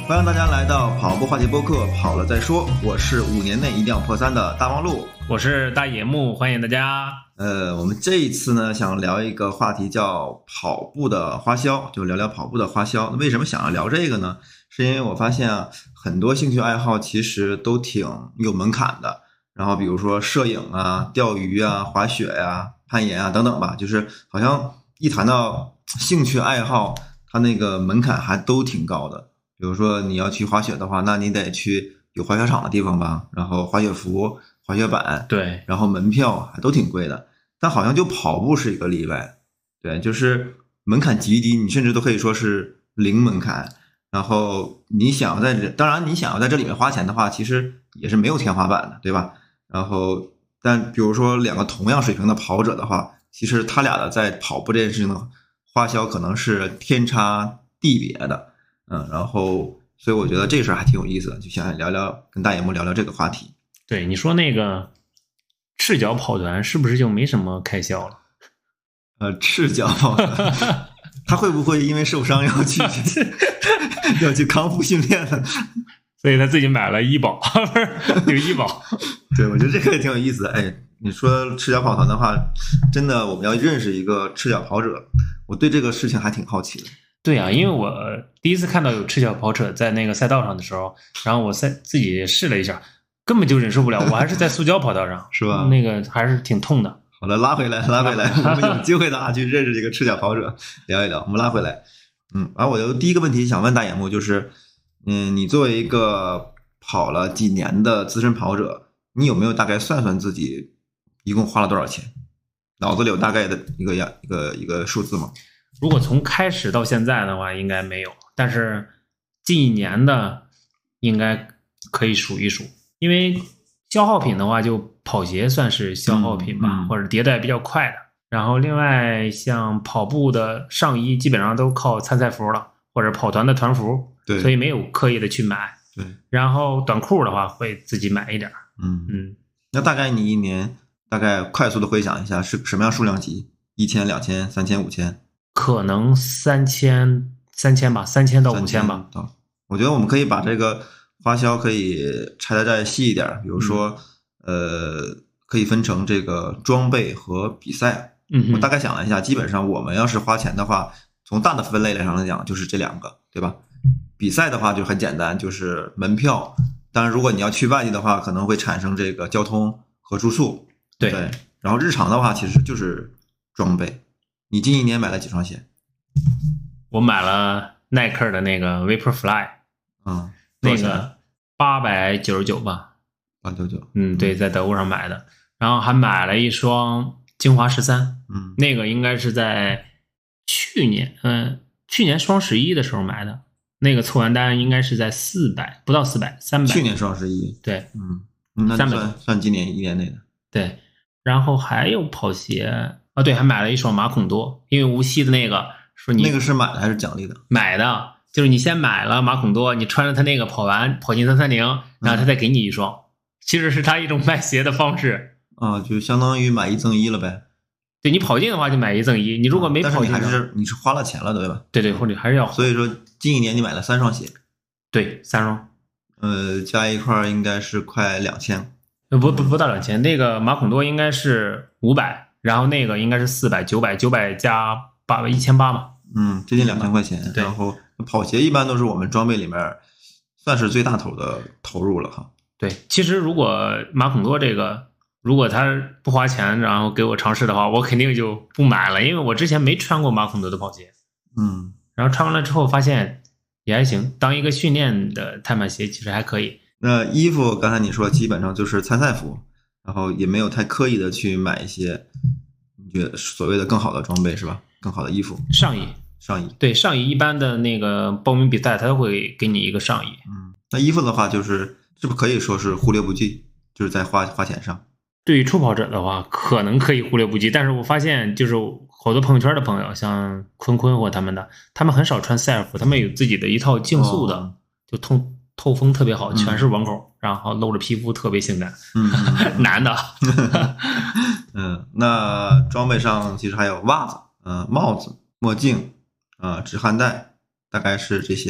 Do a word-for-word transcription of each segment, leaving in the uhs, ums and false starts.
欢迎大家来到跑步话题播客，跑了再说。我是五年内一定要破三的大望路， 我是大野木，欢迎大家。 呃，我们这一次呢，想聊一个话题叫跑步的花销，就聊聊跑步的花销。为什么想要聊这个呢？是因为我发现啊，很多兴趣爱好其实都挺有门槛的。然后比如说摄影啊、钓鱼啊、滑雪呀、攀岩啊等等吧，就是好像一谈到兴趣爱好，它那个门槛还都挺高的。比如说你要去滑雪的话，那你得去有滑雪场的地方吧，然后滑雪服、滑雪板， 对， 然后门票还都挺贵的。但好像就跑步是一个例外，对，就是门槛极低，你甚至都可以说是零门槛。然后你想在这，当然你想要在这里面花钱的话，其实也是没有天花板的，对吧？然后，但比如说两个同样水平的跑者的话，其实他俩的在跑步这件事情的花销可能是天差地别的。嗯，然后所以我觉得这事儿还挺有意思的，就想聊聊跟大野木聊聊这个话题。 对，你说那个赤脚跑团是不是就没什么开销了？ 呃，赤脚跑团，他会不会因为受伤要去要去康复训练呢？ 所以他自己买了医保，不是有医保。 对，我觉得这个也挺有意思的。哎，你说赤脚跑团的话，真的我们要认识一个赤脚跑者，我对这个事情还挺好奇的。 对啊，因为我第一次看到有赤脚跑者在那个赛道上的时候，然后我赛自己试了一下，根本就忍受不了，我还是在塑胶跑道上， 是吧？ 那个还是挺痛的。 好的，拉回来，拉回来，我们有机会的啊，去认识这个赤脚跑者，聊一聊。我们拉回来，嗯，然后我的第一个问题想问大野木，就是，嗯，你作为一个跑了几年的资深跑者，你有没有大概算算自己一共花了多少钱？脑子里有大概的一个一个一个数字吗？ 如果从开始到现在的话，应该没有，但是近一年的应该可以数一数，因为消耗品的话，就跑鞋算是消耗品吧， 嗯嗯、 或者迭代比较快的。然后另外像跑步的上衣，基本上都靠参赛服了，或者跑团的团服， 对， 所以没有刻意的去买。 对， 然后短裤的话会自己买一点。 嗯嗯， 那大概你一年大概快速的回想一下，是什么样数量级？一千、两千、三千、五千？可能三千、三千吧，三千到五千吧。 我觉得我们可以把这个花销可以拆得再细一点，比如说，嗯、呃，可以分成这个装备和比赛。 嗯， 我大概想了一下，基本上我们要是花钱的话，从大的分类上来讲，就是这两个，对吧？比赛的话就很简单，就是门票。当然，如果你要去外地的话，可能会产生这个交通和住宿。 对， 对，然后日常的话，其实就是装备。你近一年买了几双鞋？ 我买了耐克的那个 Vaporfly， 嗯， 那个八百九十九吧， 八九九， 嗯，对，在德国上买的。然后还买了一双精华十三， 嗯， 那个应该是在去年，嗯，去年双十一的时候买的，那个凑完单应该是在四百，不到四百，三百。 去年双十一， 对， 嗯，那算算今年一年内的。 对，然后还有跑鞋。啊，对，还买了一双马孔多，因为无锡的那个说你那个是买的还是奖励的？ 买的，就是你先买了马孔多，你穿着他那个跑完跑进三三零，然后他再给你一双，嗯、其实是他一种卖鞋的方式啊，就相当于买一赠一了呗。 对，你跑进的话就买一赠一，你如果没跑进、 啊，但是你还是你是花了钱了，对吧？ 对对，或者还是要。 所以说近一年你买了三双鞋， 对，三双， 呃，加一块应该是快两千， 不不不到两千，那个马孔多应该是五百。然后那个应该是四百、九百、九百加八百，一千八嘛。 嗯，接近两千块钱。 对。 然后跑鞋一般都是我们装备里面算是最大头的投入了哈。 对，其实如果马孔多这个，如果他不花钱，然后给我尝试的话，我肯定就不买了，因为我之前没穿过马孔多的跑鞋。 嗯。 然后穿完了之后发现也还行，当一个训练的碳板鞋其实还可以。 那衣服刚才你说基本上就是参赛服。然后也没有太刻意的去买一些你觉得所谓的更好的装备是吧？更好的衣服， 上衣， 上衣， 对，上衣一般的那个报名比赛他都会给你一个上衣。 嗯，那衣服的话就是是不是可以说是忽略不计，就是在花花钱上？ 对于初跑者的话，可能可以忽略不计，但是我发现就是好多朋友圈的朋友，像坤坤或他们的，他们很少穿赛尔服，他们有自己的一套竞速的，哦、就透透风特别好，全是网口，嗯、然后露着皮肤特别性感， 嗯， 男的。 嗯，那装备上其实还有袜子、呃、帽子、墨镜、呃、止汗带，大概是这些。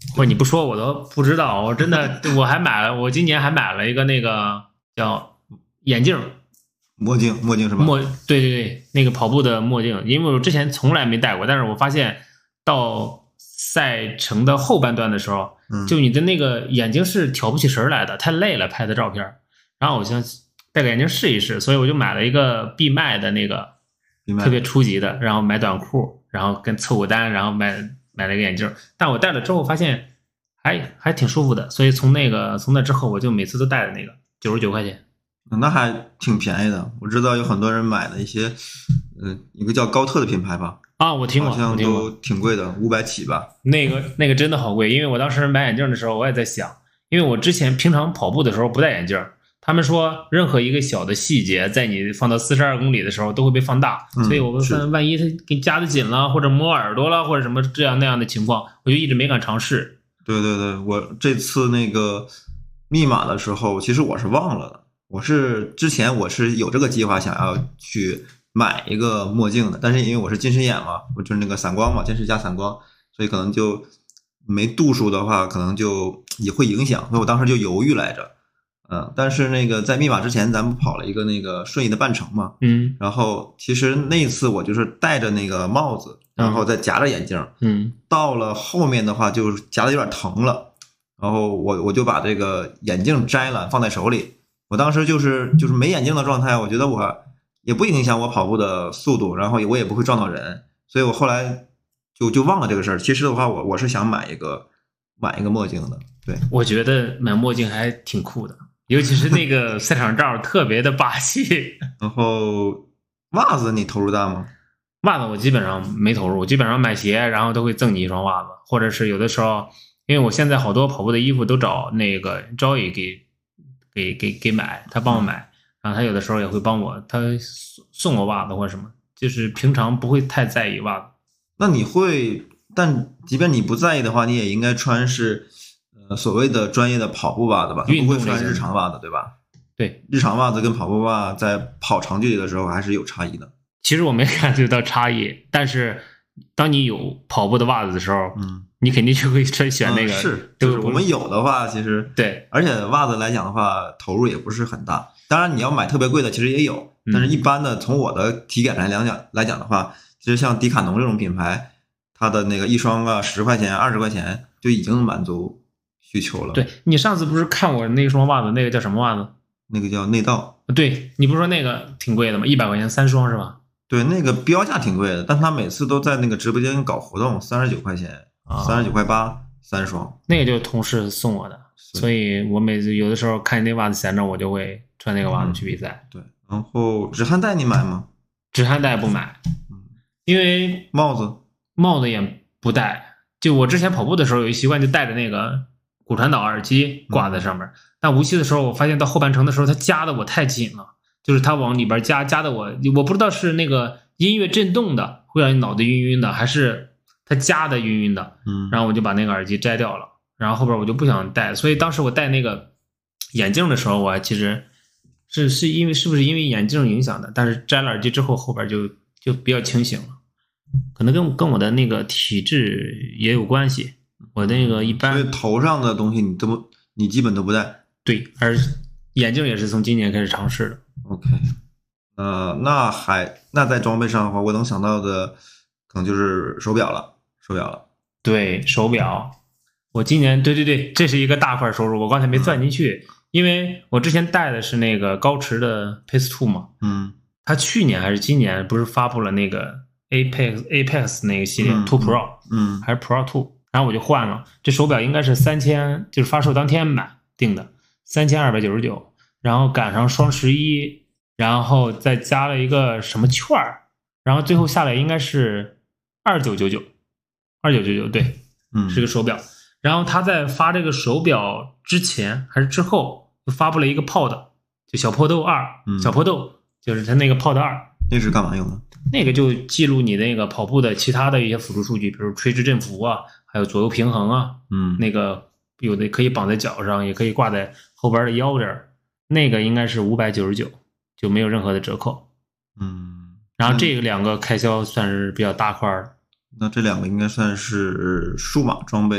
或者你不说我都不知道，我真的我还买了，我今年还买了一个那个叫眼镜。 墨镜，墨镜是吧？ 墨，对对对，那个跑步的墨镜，因为我之前从来没戴过，但是我发现到赛程的后半段的时候， 嗯、 就你的那个眼睛是挑不起神来的，太累了拍的照片。然后我想戴个眼镜试一试，所以我就买了一个闭麦的那个特别初级的，然后买短裤，然后跟凑个单，然后买买了一个眼镜。但我戴了之后发现还还挺舒服的，所以从那个从那之后我就每次都戴的那个九十九块钱。 那还挺便宜的，我知道有很多人买的一些，呃，一个叫高特的品牌吧， 啊，我听过， 好像都挺贵的，五百起吧。 那个那个真的好贵，因为我当时买眼镜的时候，我也在想，因为我之前平常跑步的时候不戴眼镜，他们说任何一个小的细节，在你放到四十二公里的时候都会被放大， 嗯、 所以我看万一他给夹得紧了，或者摸耳朵了，或者什么这样那样的情况，我就一直没敢尝试。 对对对，我这次那个密码的时候，其实我是忘了的。我是之前我是有这个计划想要去买一个墨镜的，但是因为我是近视眼嘛，我就是那个散光嘛，近视加散光，所以可能就没度数的话，可能就也会影响，所以我当时就犹豫来着。嗯，但是那个在密码之前，咱们跑了一个那个顺义的半程嘛， 嗯， 然后其实那次我就是戴着那个帽子，然后再夹着眼镜， 嗯， 到了后面的话就夹的有点疼了，然后我我就把这个眼镜摘了放在手里。我当时就是就是没眼镜的状态，我觉得我也不影响我跑步的速度，然后我也不会撞到人，所以我后来就就忘了这个事儿。其实的话，我我是想买一个买一个墨镜的。对， 我觉得买墨镜还挺酷的，尤其是那个赛场罩特别的霸气。 然后袜子你投入大吗？ 袜子我基本上没投入，我基本上买鞋，然后都会赠你一双袜子，或者是有的时候，因为我现在好多跑步的衣服都找那个 Joy 给。给给给买，他帮我买，然后他有的时候也会帮我，他送我袜子或者什么，就是平常不会太在意袜子。 那你会，但即便你不在意的话，你也应该穿是呃所谓的专业的跑步袜子吧？不会穿日常袜子，对吧？ 对， 日常袜子跟跑步袜在跑长距离的时候还是有差异的。 其实我没感觉到差异，但是当你有跑步的袜子的时候，嗯。你肯定就会选那个、 嗯、是，就是我们有的话，其实对， 而且袜子来讲的话，投入也不是很大。当然，你要买特别贵的，其实也有，但是一般的，从我的体感来讲来讲的话，其实像迪卡侬这种品牌，它的那个一双啊十块钱、二十块钱就已经满足需求了。 对，你上次不是看我那双袜子，那个叫什么袜子？ 那个叫内道。 对，你不是说那个挺贵的吗？一百块钱三双是吧？ 对，那个标价挺贵的，但他每次都在那个直播间搞活动，三十九块钱。三十九块八三双， 那个就是同事送我的，所以我每次有的时候看那袜子闲着，我就会穿那个袜子去比赛。 嗯、对，然后止汗带你买吗？ 止汗带不买，因为帽子帽子也不戴。就我之前跑步的时候有一习惯，就带着那个骨传导耳机挂在上面。嗯、但无锡的时候，我发现到后半程的时候，它夹的我太紧了，就是它往里边夹，夹的我我不知道是那个音乐震动的会让你脑袋晕晕的，还是。它夹的晕晕的， 嗯， 然后我就把那个耳机摘掉了，然后后边我就不想戴，所以当时我戴那个眼镜的时候，我还其实是是因为是不是因为眼镜影响的？但是摘了耳机之后，后边就就比较清醒了，可能跟跟我的那个体质也有关系。我那个一般， 所以头上的东西你都不，你基本都不戴。 对，而眼镜也是从今年开始尝试的。 OK， 呃，那还那在装备上的话，我能想到的。可能就是手表了，手表了。 对，手表，我今年对对对，这是一个大块收入，我刚才没算进去，嗯、因为我之前戴的是那个高驰的 Pace 二嘛， 嗯， 他去年还是今年不是发布了那个 Apex Apex 那个系列、 嗯、 二 Pro， 嗯， 还是 Pro 二，然后我就换了，这手表应该是三千，就是发售当天买定的，三千二百九十九，然后赶上双十一，然后再加了一个什么券儿，然后最后下来应该是。二九九九，二九九九，对， 嗯， 是个手表。然后他在发这个手表之前还是之后，就发布了一个 Pod， 就小破豆二、嗯，小破豆就是他那个 Pod 二。 那是干嘛用的？ 那个就记录你那个跑步的其他的一些辅助数据，比如垂直振幅啊，还有左右平衡啊， 嗯， 那个有的可以绑在脚上，也可以挂在后边的腰这儿。那个应该是五百九十九，就没有任何的折扣。 嗯， 然后这个两个开销算是比较大块的。 那这两个应该算是数码装备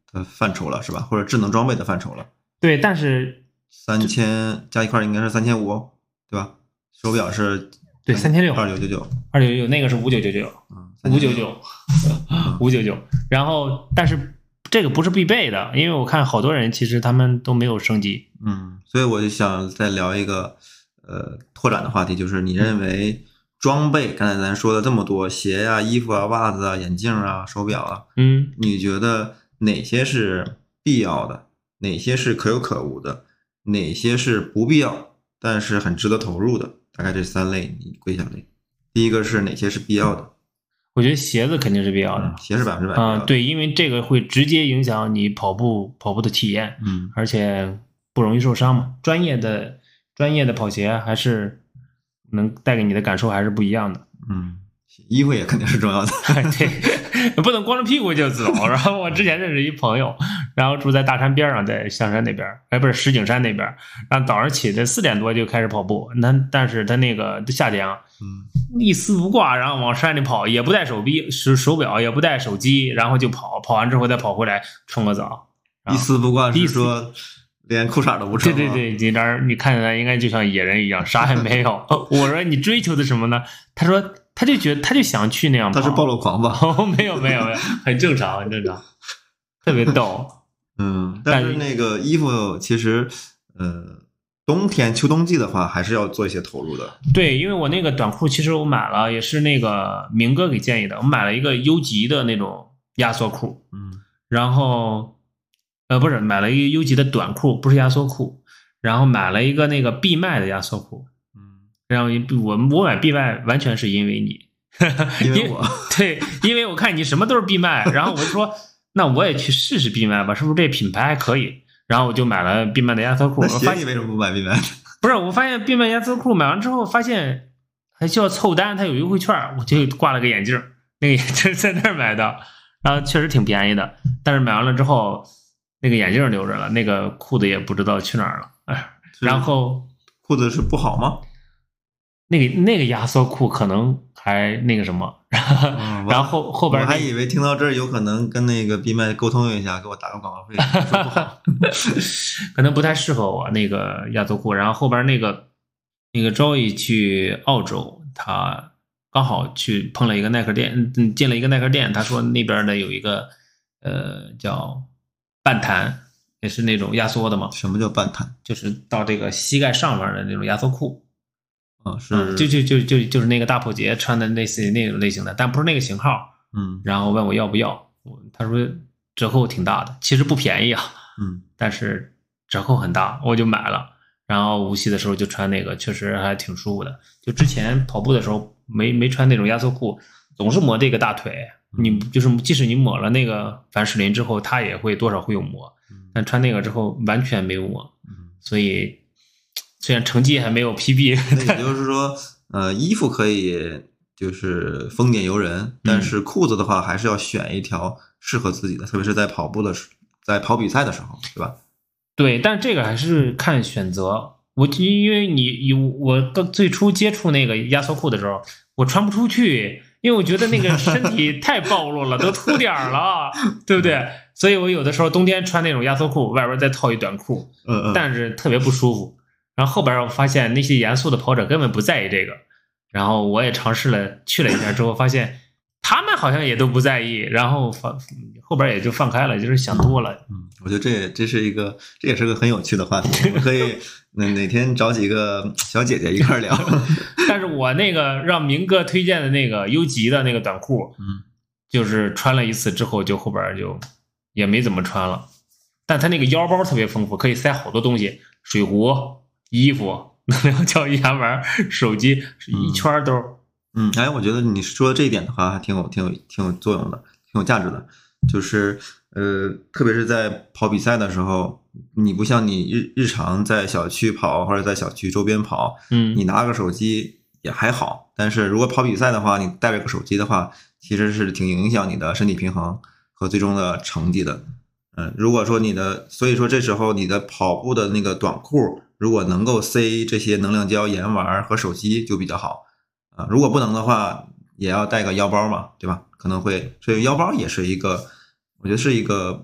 的范畴了，是吧？或者智能装备的范畴了。 对，但是三千加一块应该是三千五，对吧？手表是对三千六二九九九， 二九九九那个是五九九九， 嗯， 五九九，五九九。然后，但是这个不是必备的，因为我看好多人其实他们都没有升级。 嗯，所以我就想再聊一个呃拓展的话题，就是你认为装备，刚才咱说了这么多，鞋呀、衣服啊、袜子啊、眼镜啊、手表啊， 嗯， 你觉得哪些是必要的，哪些是可有可无的，哪些是不必要但是很值得投入的？大概这三类你归下类。第一个是哪些是必要的？ 我觉得鞋子肯定是必要的， 嗯、鞋是百分之百必要的。 嗯、对，因为这个会直接影响你跑步跑步的体验， 嗯， 而且不容易受伤嘛。专业的专业的跑鞋还是能带给你的感受还是不一样的。 嗯，衣服也肯定是重要的。 对，不能光着屁股就走。然后我之前认识一朋友，然后住在大山边上，在象山那边，哎，不是石景山那边。然后早上起来四点多就开始跑步，那但是他那个夏天啊， 嗯， 一丝不挂，然后往山里跑，也不带手臂、手手表，也不带手机，然后就跑，跑完之后再跑回来冲个澡。 一丝不挂是说连裤衩都不穿吗？ 对对对，你这儿你看起来应该就像野人一样，啥也没有。我说你追求的什么呢？他说他就觉得他就想去那样跑。 他是暴露狂吧？ 哦，没有没有没有，很正常很正常，特别逗。 嗯，但是那个衣服其实，呃，冬天秋冬季的话，还是要做一些投入的。 对，因为我那个短裤其实我买了，也是那个明哥给建议的，我买了一个优级的那种压缩裤， 嗯， 然后呃不是买了一个优级的短裤，不是压缩裤，然后买了一个那个闭麦的压缩裤， 嗯， 然后我我买闭麦完全是因为你， 因为我对，因为我看你什么都是闭麦，然后我就说。那我也去试试闭麦吧，是不是这品牌还可以？然后我就买了闭麦的压缩裤。 那鞋你为什么不买闭麦？ 不是，我发现闭麦压缩裤买完之后，发现还需要凑单，它有优惠券，我就挂了个眼镜，那个眼镜在那儿买的，然后确实挺便宜的。但是买完了之后，那个眼镜留着了，那个裤子也不知道去哪儿了。哎，然后裤子是不好吗？ 那个那个压缩裤可能还那个什么，嗯、然后后后边、 那个、我还以为听到这儿有可能跟那个闭麦沟通一下，给我打个广告费，说不好， 可能不太适合我那个压缩裤。然后后边那个那个 Joey 去澳洲，他刚好去碰了一个耐克店，嗯，进了一个耐克店，他说那边的有一个呃叫半弹，也是那种压缩的嘛。 什么叫半弹？ 就是到这个膝盖上面的那种压缩裤。 啊，是、 嗯，就就就就就是那个大破节穿的类似于那种类型的，但不是那个型号。 嗯， 然后问我要不要，他说折扣挺大的，其实不便宜啊。 嗯， 但是折扣很大，我就买了。然后无锡的时候就穿那个，确实还挺舒服的。就之前跑步的时候没没穿那种压缩裤，总是磨这个大腿。你就是即使你抹了那个凡士林之后，它也会多少会有磨，但穿那个之后完全没有磨。所以。虽然成绩还没有 P B， 那也就是说，呃，衣服可以就是丰俭由人，但是裤子的话还是要选一条适合自己的，特别是在跑步的时，在跑比赛的时候，对吧？ 对，但这个还是看选择。我因为你有我刚最初接触那个压缩裤的时候，我穿不出去，因为我觉得那个身体太暴露了，都凸点了，对不对？所以我有的时候冬天穿那种压缩裤，外边再套一短裤， 嗯嗯， 但是特别不舒服。然后后边我发现那些严肃的跑者根本不在意这个，然后我也尝试了去了一下之后，发现他们好像也都不在意，然后放后边也就放开了，就是想多了。 嗯，我觉得这这是一个这也是个很有趣的话题，我们可以哪哪天找几个小姐姐一块聊。 但是我那个让明哥推荐的那个优级的那个短裤， 嗯，就是穿了一次之后，就后边就也没怎么穿了。但他那个腰包特别丰富，可以塞好多东西，水壶。衣服、能量胶、牙丸、手机，一圈都。 嗯，哎，我觉得你说的这一点的话，还挺有、挺有、挺有作用的，挺有价值的。就是呃，特别是在跑比赛的时候，你不像你日日常在小区跑或者在小区周边跑， 嗯， 你拿个手机也还好。但是如果跑比赛的话，你带着个手机的话，其实是挺影响你的身体平衡和最终的成绩的。嗯，如果说你的，所以说这时候你的跑步的那个短裤。如果能够塞这些能量胶、盐丸和手机就比较好啊。如果不能的话，也要带个腰包嘛，对吧？可能会，所以腰包也是一个，我觉得是一个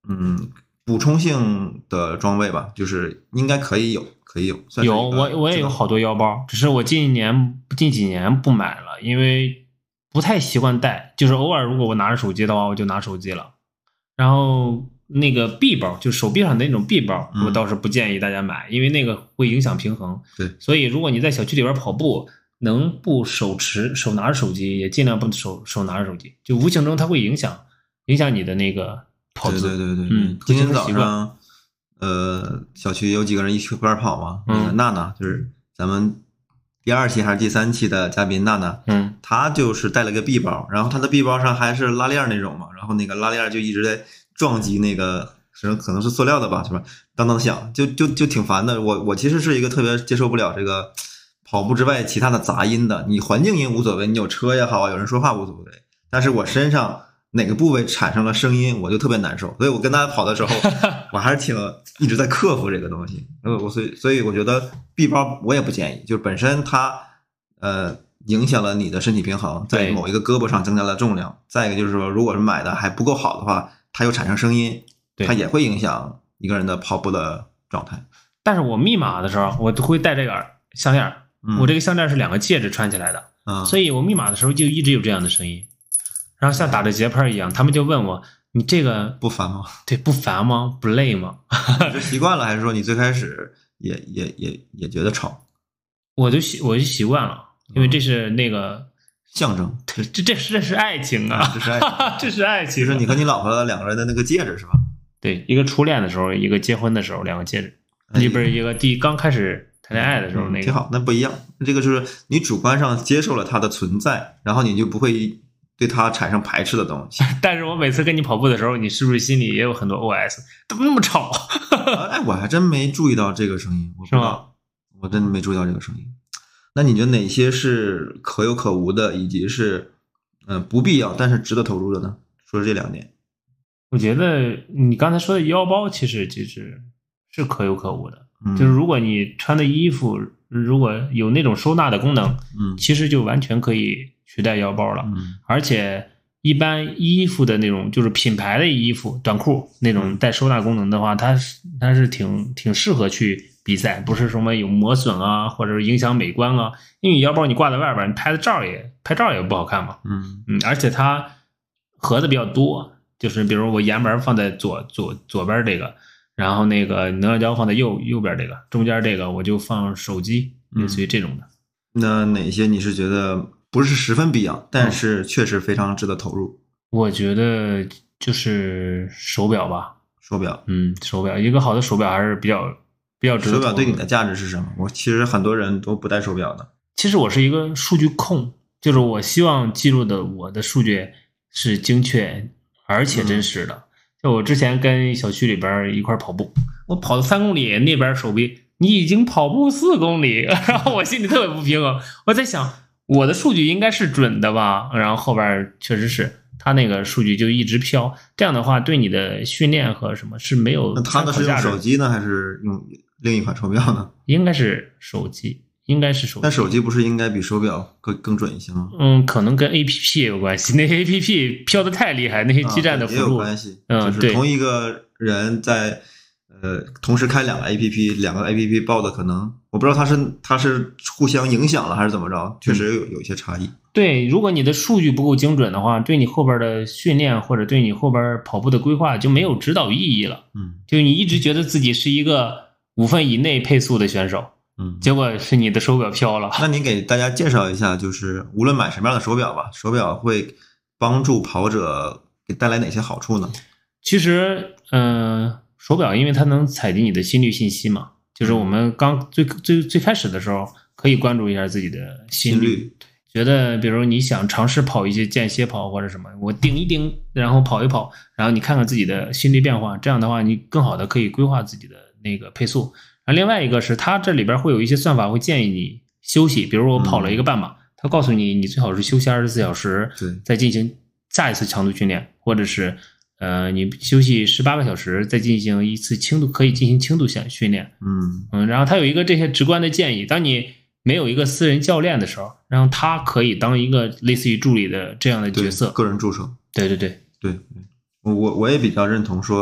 嗯，补充性的装备吧，就是应该可以有，可以有。算是有我我也有好多腰包，只是我近年近几年不买了，因为不太习惯带，就是偶尔如果我拿着手机的话，我就拿手机了。然后那个臂包，就手臂上的那种臂包， 嗯、 我倒是不建议大家买，因为那个会影响平衡。 对， 所以如果你在小区里边跑步，能不手持手拿着手机，也尽量不手手拿着手机，就无形中它会影响影响你的那个跑姿。 对对对对， 嗯， 今天早上，呃，小区有几个人一起一块跑嘛？ 嗯， 那个娜娜就是咱们第二期还是第三期的嘉宾娜娜， 嗯， 她就是带了个臂包，然后她的臂包上还是拉链那种嘛，然后那个拉链就一直在撞击那个，可能是塑料的吧，是吧？当当响，就就就挺烦的。我我其实是一个特别接受不了这个跑步之外其他的杂音的，你环境音无所谓，你有车也好，有人说话无所谓，但是我身上哪个部位产生了声音，我就特别难受。所以我跟大家跑的时候，我还是挺一直在克服这个东西。我所以所以我觉得臂包我也不建议，就是本身它呃影响了你的身体平衡，在某一个胳膊上增加了重量。再一个就是说，如果是买的还不够好的话，它又产生声音，它也会影响一个人的跑步的状态。 但是我密码的时候，我都会戴这个项链。 嗯、 我这个项链是两个戒指穿起来的， 嗯， 所以我密码的时候就一直有这样的声音，然后像打着节拍一样，他们就问我：“你这个不烦吗？” 对，不烦吗？不累吗？ 你是习惯了，还是说你最开始也也也也觉得吵？ 我就习我就习惯了，因为这是那个象征， 这这这是这是爱情啊， 这是爱情， 这是爱情， 就是你和你老婆两个人的那个戒指是吧？ 对，一个初恋的时候，一个结婚的时候，两个戒指，那不是一个第刚开始谈恋爱的时候那个， 挺好，那不一样。这个就是你主观上接受了它的存在，然后你就不会对它产生排斥的东西。 但是我每次跟你跑步的时候，你是不是心里也有很多 O S？ 怎么那么吵？ 哎，我还真没注意到这个声音，我不知道，我真没注意到这个声音。那你觉得哪些是可有可无的，以及是嗯、呃、不必要但是值得投入的呢？说这两点。 我觉得你刚才说的腰包其实就是是可有可无的， 嗯、 就是如果你穿的衣服如果有那种收纳的功能， 嗯， 其实就完全可以取代腰包了。 嗯， 而且一般衣服的那种就是品牌的衣服短裤那种带收纳功能的话，它是它是挺挺适合去比赛，不是什么有磨损啊或者影响美观啊，因为腰包你挂在外边，你拍的照也拍照也不好看嘛。 嗯嗯，而且它盒子比较多。就是比如我沿门放在左左左边这个，然后那个能量胶放在右右边这个，中间这个我就放手机，类似于这种的。 嗯、那哪些你是觉得不是十分必要，但是确实非常值得投入？ 我觉得就是手表吧， 手表， 嗯，手表一个好的手表还是比较比较值得投入。 手表对你的价值是什么？我其实很多人都不戴手表的。 其实我是一个数据控，就是我希望记录的我的数据是精确而且真实的。就我之前跟小区里边一块跑步，我跑了三公里，那边手臂你已经跑步四公里，然后我心里特别不平衡。我在想，我的数据应该是准的吧？然后后边确实是，他那个数据就一直飘。这样的话，对你的训练和什么是没有那他的是用手机呢，还是用另一款手表呢？ 应该是手机。应该是手机， 但手机不是应该比手表更更准一些吗？ 嗯，可能跟 A P P 也有关系。那些 A P P 飘得太厉害，那些基站的辅助、 啊、也有关系。 嗯， 就是同一个人在呃同时开两个 A P P， 两个 A P P 报的可能，我不知道它是它是互相影响了还是怎么着，确实有有一些差异。 对，如果你的数据不够精准的话，对你后边的训练或者对你后边跑步的规划就没有指导意义了。 嗯， 就你一直觉得自己是一个五分以内配速的选手。 嗯， 结果是你的手表飘了。 那你给大家介绍一下，就是无论买什么样的手表吧，手表会帮助跑者给带来哪些好处呢？ 其实，嗯、呃，手表因为它能采集你的心率信息嘛，就是我们刚最最最开始的时候可以关注一下自己的心率， 心率觉得比如你想尝试跑一些间歇跑或者什么，我顶一顶，然后跑一跑，然后你看看自己的心率变化，这样的话你更好的可以规划自己的那个配速。另外一个是它这里边会有一些算法会建议你休息，比如我跑了一个半马，嗯、它告诉你你最好是休息二十四小时， 对， 再进行下一次强度训练，或者是呃你休息十八个小时再进行一次轻度，可以进行轻度训练。 嗯嗯，然后它有一个这些直观的建议，当你没有一个私人教练的时候，然后他可以当一个类似于助理的这样的角色， 个人助手。 对对对对，我我我也比较认同说。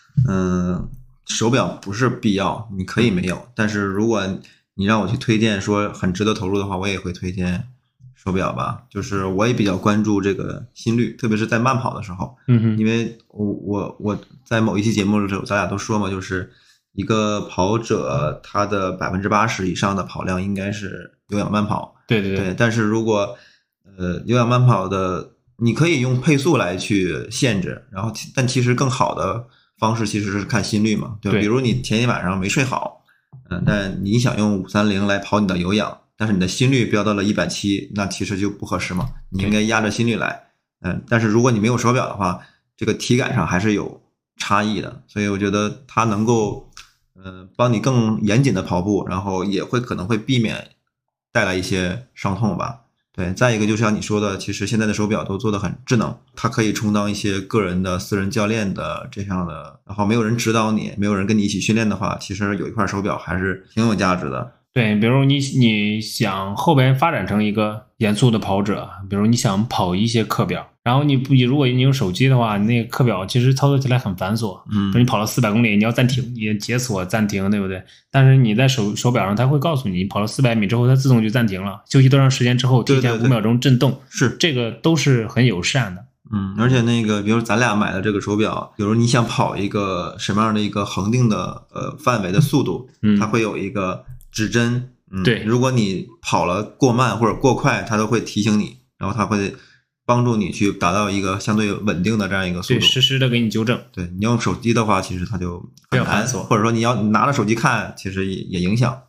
嗯，手表不是必要，你可以没有，但是如果你让我去推荐说很值得投入的话，我也会推荐手表吧。就是我也比较关注这个心率，特别是在慢跑的时候， 嗯哼， 因为我我我在某一期节目的时候，咱俩都说嘛，就是一个跑者他的百分之八十以上的跑量应该是有氧慢跑。 对对对，但是如果呃有氧慢跑的，你可以用配速来去限制，然后但其实更好的方式其实是看心率嘛，对吧？ 对比如你前一晚上没睡好，嗯、呃，但你想用五三零来跑你的有氧，但是你的心率飙到了一百七，那其实就不合适嘛，你应该压着心率来，嗯、呃，但是如果你没有手表的话，这个体感上还是有差异的，所以我觉得它能够呃帮你更严谨的跑步，然后也会可能会避免带来一些伤痛吧。对，再一个就像你说的，其实现在的手表都做得很智能，它可以充当一些个人的私人教练的这样的，然后没有人指导你，没有人跟你一起训练的话，其实有一块手表还是挺有价值的。 对，比如你你想后边发展成一个严肃的跑者，比如你想跑一些课表，然后你你如果你用手机的话，那个课表其实操作起来很繁琐。 嗯， 比如你跑了四百公里，你要暂停，你解锁暂停，对不对？但是你在手手表上，它会告诉你，你跑了四百米之后，它自动就暂停了，休息多长时间之后，提前五秒钟震动， 是这个都是很友善的。 嗯，而且那个，比如咱俩买的这个手表，比如你想跑一个什么样的一个恒定的呃范围的速度， 嗯， 它会有一个指针。嗯， 对， 如果你跑了过慢或者过快，它都会提醒你，然后它会帮助你去达到一个相对稳定的这样一个速度， 对，实时的给你纠正。 对，你用手机的话，其实它就很难， 繁琐， 或者说你要拿着手机看，其实也也影响。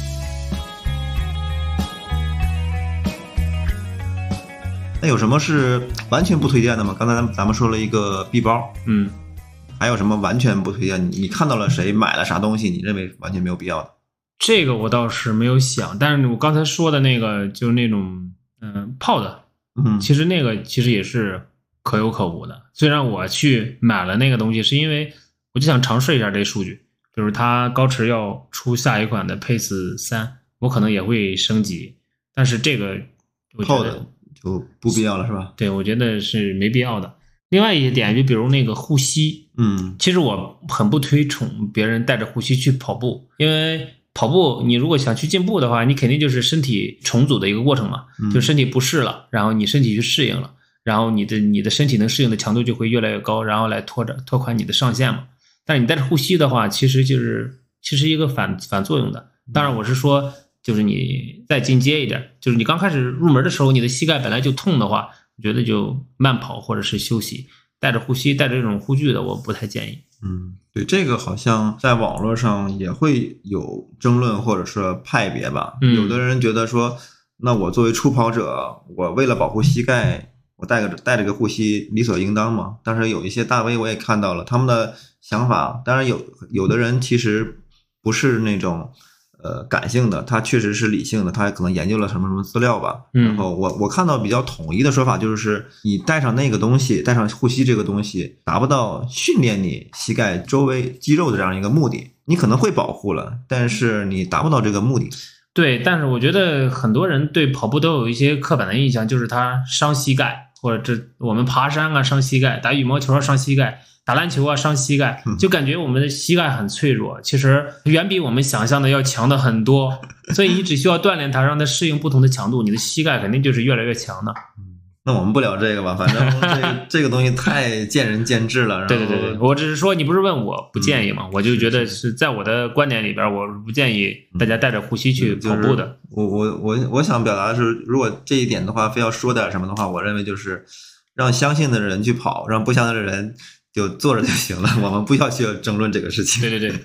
那有什么是完全不推荐的吗？刚才咱们咱们说了一个臂包， 嗯， 还有什么完全不推荐？你你看到了谁买了啥东西，你认为完全没有必要的？ 这个我倒是没有想，但是我刚才说的那个就是那种嗯泡的， 嗯， 其实那个其实也是可有可无的。虽然我去买了那个东西，是因为我就想尝试一下这数据，比如它高驰要出下一款的 Pace 三，我可能也会升级，但是这个我觉得泡的就不必要了，是吧？ 对，我觉得是没必要的。另外一些点，就比如那个护膝， 嗯， 其实我很不推崇别人带着护膝去跑步，因为跑步你如果想去进步的话，你肯定就是身体重组的一个过程嘛， 嗯、 就身体不适了，然后你身体去适应了，然后你的你的身体能适应的强度就会越来越高，然后来拖着拓宽你的上限嘛。但是你带着护膝的话，其实就是其实一个反反作用的。当然我是说，就是你再进阶一点，就是你刚开始入门的时候，你的膝盖本来就痛的话，我觉得就慢跑或者是休息，带着护膝带着这种护具的，我不太建议。 嗯，对，这个好像在网络上也会有争论或者是派别吧。 嗯、 有的人觉得说，那我作为初跑者，我为了保护膝盖，我带个带着个护膝理所应当嘛。但是有一些大 V 我也看到了他们的想法，当然有有的人其实不是那种呃感性的，他确实是理性的，他可能研究了什么什么资料吧。 嗯、 然后我我看到比较统一的说法就是，你带上那个东西，带上护膝这个东西，达不到训练你膝盖周围肌肉的这样一个目的。你可能会保护了，但是你达不到这个目的。 对，但是我觉得很多人对跑步都有一些刻板的印象，就是它伤膝盖，或者这我们爬山啊伤膝盖，打羽毛球啊伤膝盖，打篮球啊伤膝盖，就感觉我们的膝盖很脆弱，其实远比我们想象的要强的很多。所以你只需要锻炼它，让它适应不同的强度，你的膝盖肯定就是越来越强的。 那我们不聊这个吧，反正这个这个东西太见仁见智了。然后对对对对，我只是说你不是问我不建议嘛，嗯、我就觉得是在我的观点里边，我不建议大家带着护膝去跑步的。 就是、我我我我想表达的是，如果这一点的话，非要说点什么的话，我认为就是让相信的人去跑，让不相信的人就坐着就行了。我们不要去争论这个事情。 对对对。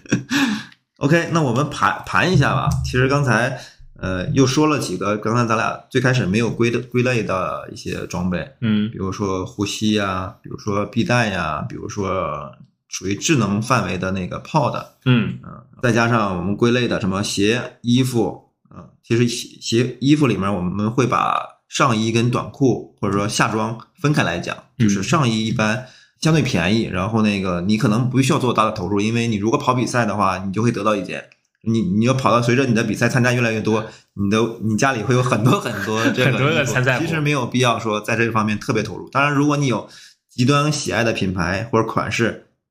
OK， 那我们盘盘一下吧。其实刚才。呃，又说了几个刚才咱俩最开始没有归的归类的一些装备， 嗯， 比如说护膝呀，比如说臂带呀，比如说属于智能范围的那个 pod， 嗯嗯、呃，再加上我们归类的什么鞋、衣服，嗯、呃，其实鞋衣服里面我们会把上衣跟短裤或者说夏装分开来讲，就是上衣一般相对便宜，然后那个你可能不需要做大的投入，因为你如果跑比赛的话，你就会得到一件。你你要跑到随着你的比赛参加越来越多，你的你家里会有很多很多这个很多个参赛， 其实没有必要说在这个方面特别投入。当然，如果你有极端喜爱的品牌或者款式，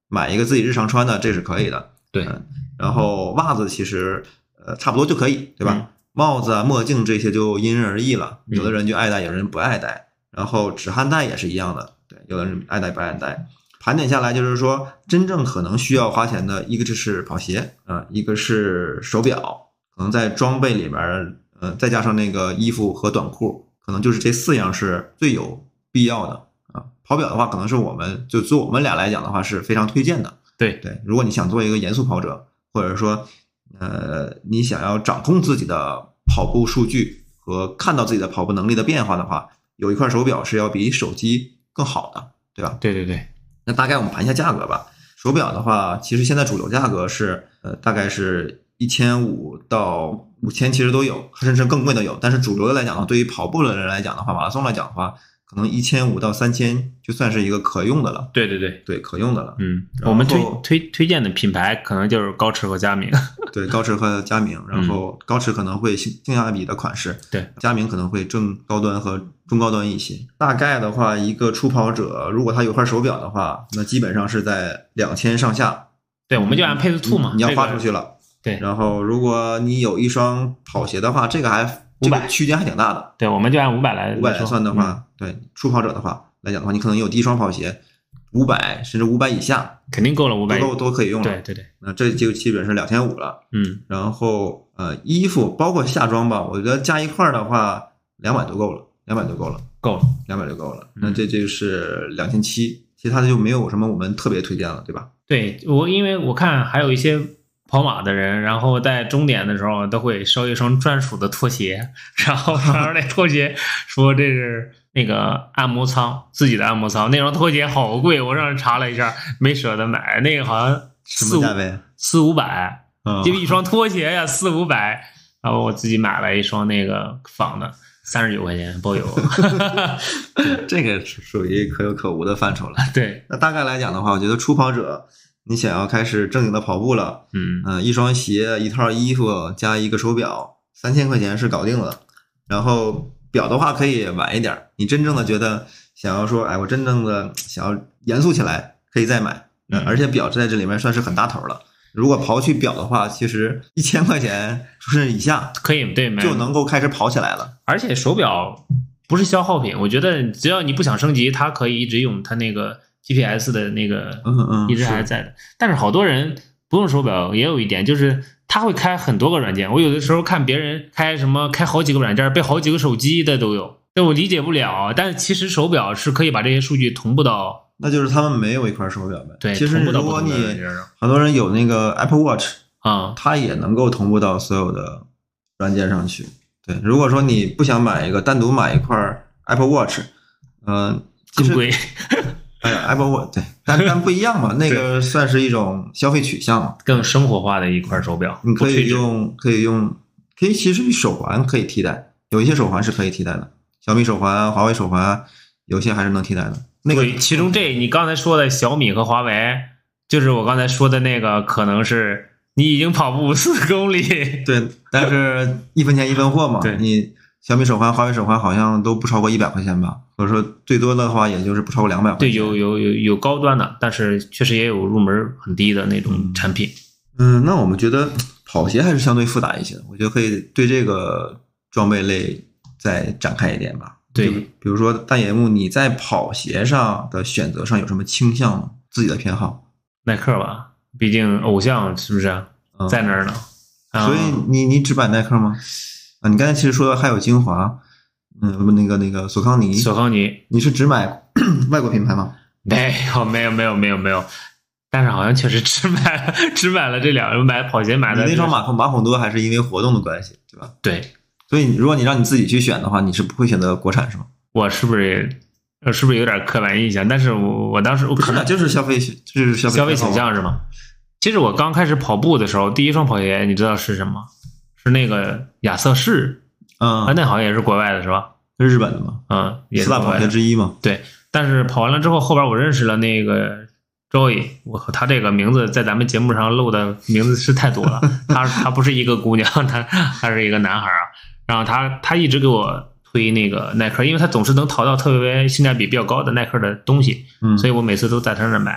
买一个自己日常穿的，这是可以的。 对， 嗯，然后袜子其实呃差不多就可以，对吧？ 嗯、 帽子啊、墨镜这些就因人而异了， 嗯、 有的人就爱戴，有的人不爱戴。然后止汗带也是一样的，对，有的人爱戴不爱戴。盘点下来就是说，真正可能需要花钱的一个就是跑鞋啊、呃，一个是手表，可能在装备里边呃再加上那个衣服和短裤，可能就是这四样是最有必要的啊。跑表的话，可能是我们就做我们俩来讲的话是非常推荐的。 对对，如果你想做一个严肃跑者，或者说呃你想要掌控自己的跑步数据和看到自己的跑步能力的变化的话，有一块手表是要比手机更好的，对吧？ 对对对。 那大概我们盘一下价格吧。手表的话，其实现在主流价格是呃大概是一千五到五千，其实都有，甚至更贵的有。但是主流的来讲的话，对于跑步的人来讲的话，马拉松来讲的话，可能一千五到三千就算是一个可用的了。 对对对对，可用的了。 嗯，我们推推推荐的品牌可能就是高驰和佳明。 对，高驰和佳明，然后高驰可能会性性价比的款式， 对， 佳明可能会正高端和中高端一些。大概的话，一个初跑者如果他有块手表的话，那基本上是在两千上下。 对，我们就按配置 two 嘛， 你要花出去了。 这个、对， 然后如果你有一双跑鞋的话，这个还这个区间还挺大的。 对，我们就按五百来五百来算的话、嗯，对，初跑者的话来讲的话，你可能有第一双跑鞋五百甚至五百以下， 肯定够了，五百都都可以用了。 对对对， 那这就基本是两千五了。 嗯， 然后呃，衣服包括夏装吧，我觉得加一块的话，两百就够了，两百就够了， 够了， 两百就够了。那这就是两千七，其他的就没有什么我们特别推荐了，对吧？ 对，我因为我看还有一些跑马的人，然后在终点的时候都会收一双专属的拖鞋，然后穿上那拖鞋说这是那个按摩舱自己的按摩舱，那双拖鞋好贵，我让人查了一下，没舍得买，那个好像什么价位？ 四五百， 嗯， 就一双拖鞋呀，四五百，然后我自己买了一双那个仿的，三十九块钱包邮。 这个属于可有可无的范畴了。 对， 那大概来讲的话，我觉得初跑者你想要开始正经的跑步了， 嗯嗯、呃，一双鞋、一套衣服加一个手表，三千块钱是搞定了。然后表的话可以晚一点，你真正的觉得想要说，哎，我真正的想要严肃起来，可以再买。嗯，而且表在这里面算是很大头了。如果刨去表的话，其实一千块钱甚至以下可以对就能够开始跑起来了。 而且手表不是消耗品，我觉得只要你不想升级，它可以一直用，它那个 G P S 的那个嗯嗯一直还在的。是但是好多人不用手表，也有一点就是他会开很多个软件。我有的时候看别人开什么开好几个软件，背好几个手机的都有，这我理解不了。但其实手表是可以把这些数据同步到。 那就是他们没有一块手表呗。 对， 其实如果你很多人有那个 Apple Watch 啊、嗯， 它也能够同步到所有的软件上去。对，如果说你不想买一个单独买一块 Apple Watch， 呃， 更贵。 哎呀 ，Apple Watch 对，但但不一样嘛，那个算是一种消费取向嘛， 更生活化的一块手表。 你可以用，可以用，可以其实手环可以替代，有一些手环是可以替代的，小米手环啊、华为手环啊，有些还是能替代的。那个其中这你刚才说的小米和华为，就是我刚才说的那个，可能是你已经跑步四公里， 对，但是一分钱一分货嘛。 对， 你小米手环、华为手环好像都不超过一百块钱吧，或者说最多的话也就是不超过两百块钱。 对，有有有有高端的，但是确实也有入门很低的那种产品。 嗯，那我们觉得跑鞋还是相对复杂一些的，我觉得可以对这个装备类再展开一点吧。 对， 比如说大野木，你在跑鞋上的选择上有什么倾向吗？自己的偏好？ 耐克吧，毕竟偶像是不是、嗯、在那儿呢？ 所以你你只买耐克吗？啊，你刚才其实说还有精华，嗯，那个那个索康尼， 索康尼， 你是只买外国品牌吗？ 没有没有没有没有没有，但是好像确实只买了只买了这两个，买跑鞋买的。 你那双马孔马孔多还是因为活动的关系，对吧？ 对。 所以如果你让你自己去选的话，你是不会选择国产是吗？ 我是不是是不是有点刻板印象？但是我我当时我可能就是消费就是消费消费倾向是吗？其实我刚开始跑步的时候，第一双跑鞋你知道是什么？是那个亚瑟士， 嗯， 啊，那好像也是国外的是吧？ 是日本的吗？ 嗯，也是四大跑鞋之一嘛。 对，但是跑完了之后，后边我认识了那个 Joy， 我和他这个名字在咱们节目上漏的名字是太多了。他他不是一个姑娘，他他是一个男孩啊。然后他他一直给我推那个耐克，因为他总是能淘到特别性价比比较高的耐克的东西， 嗯， 所以我每次都在他那儿买。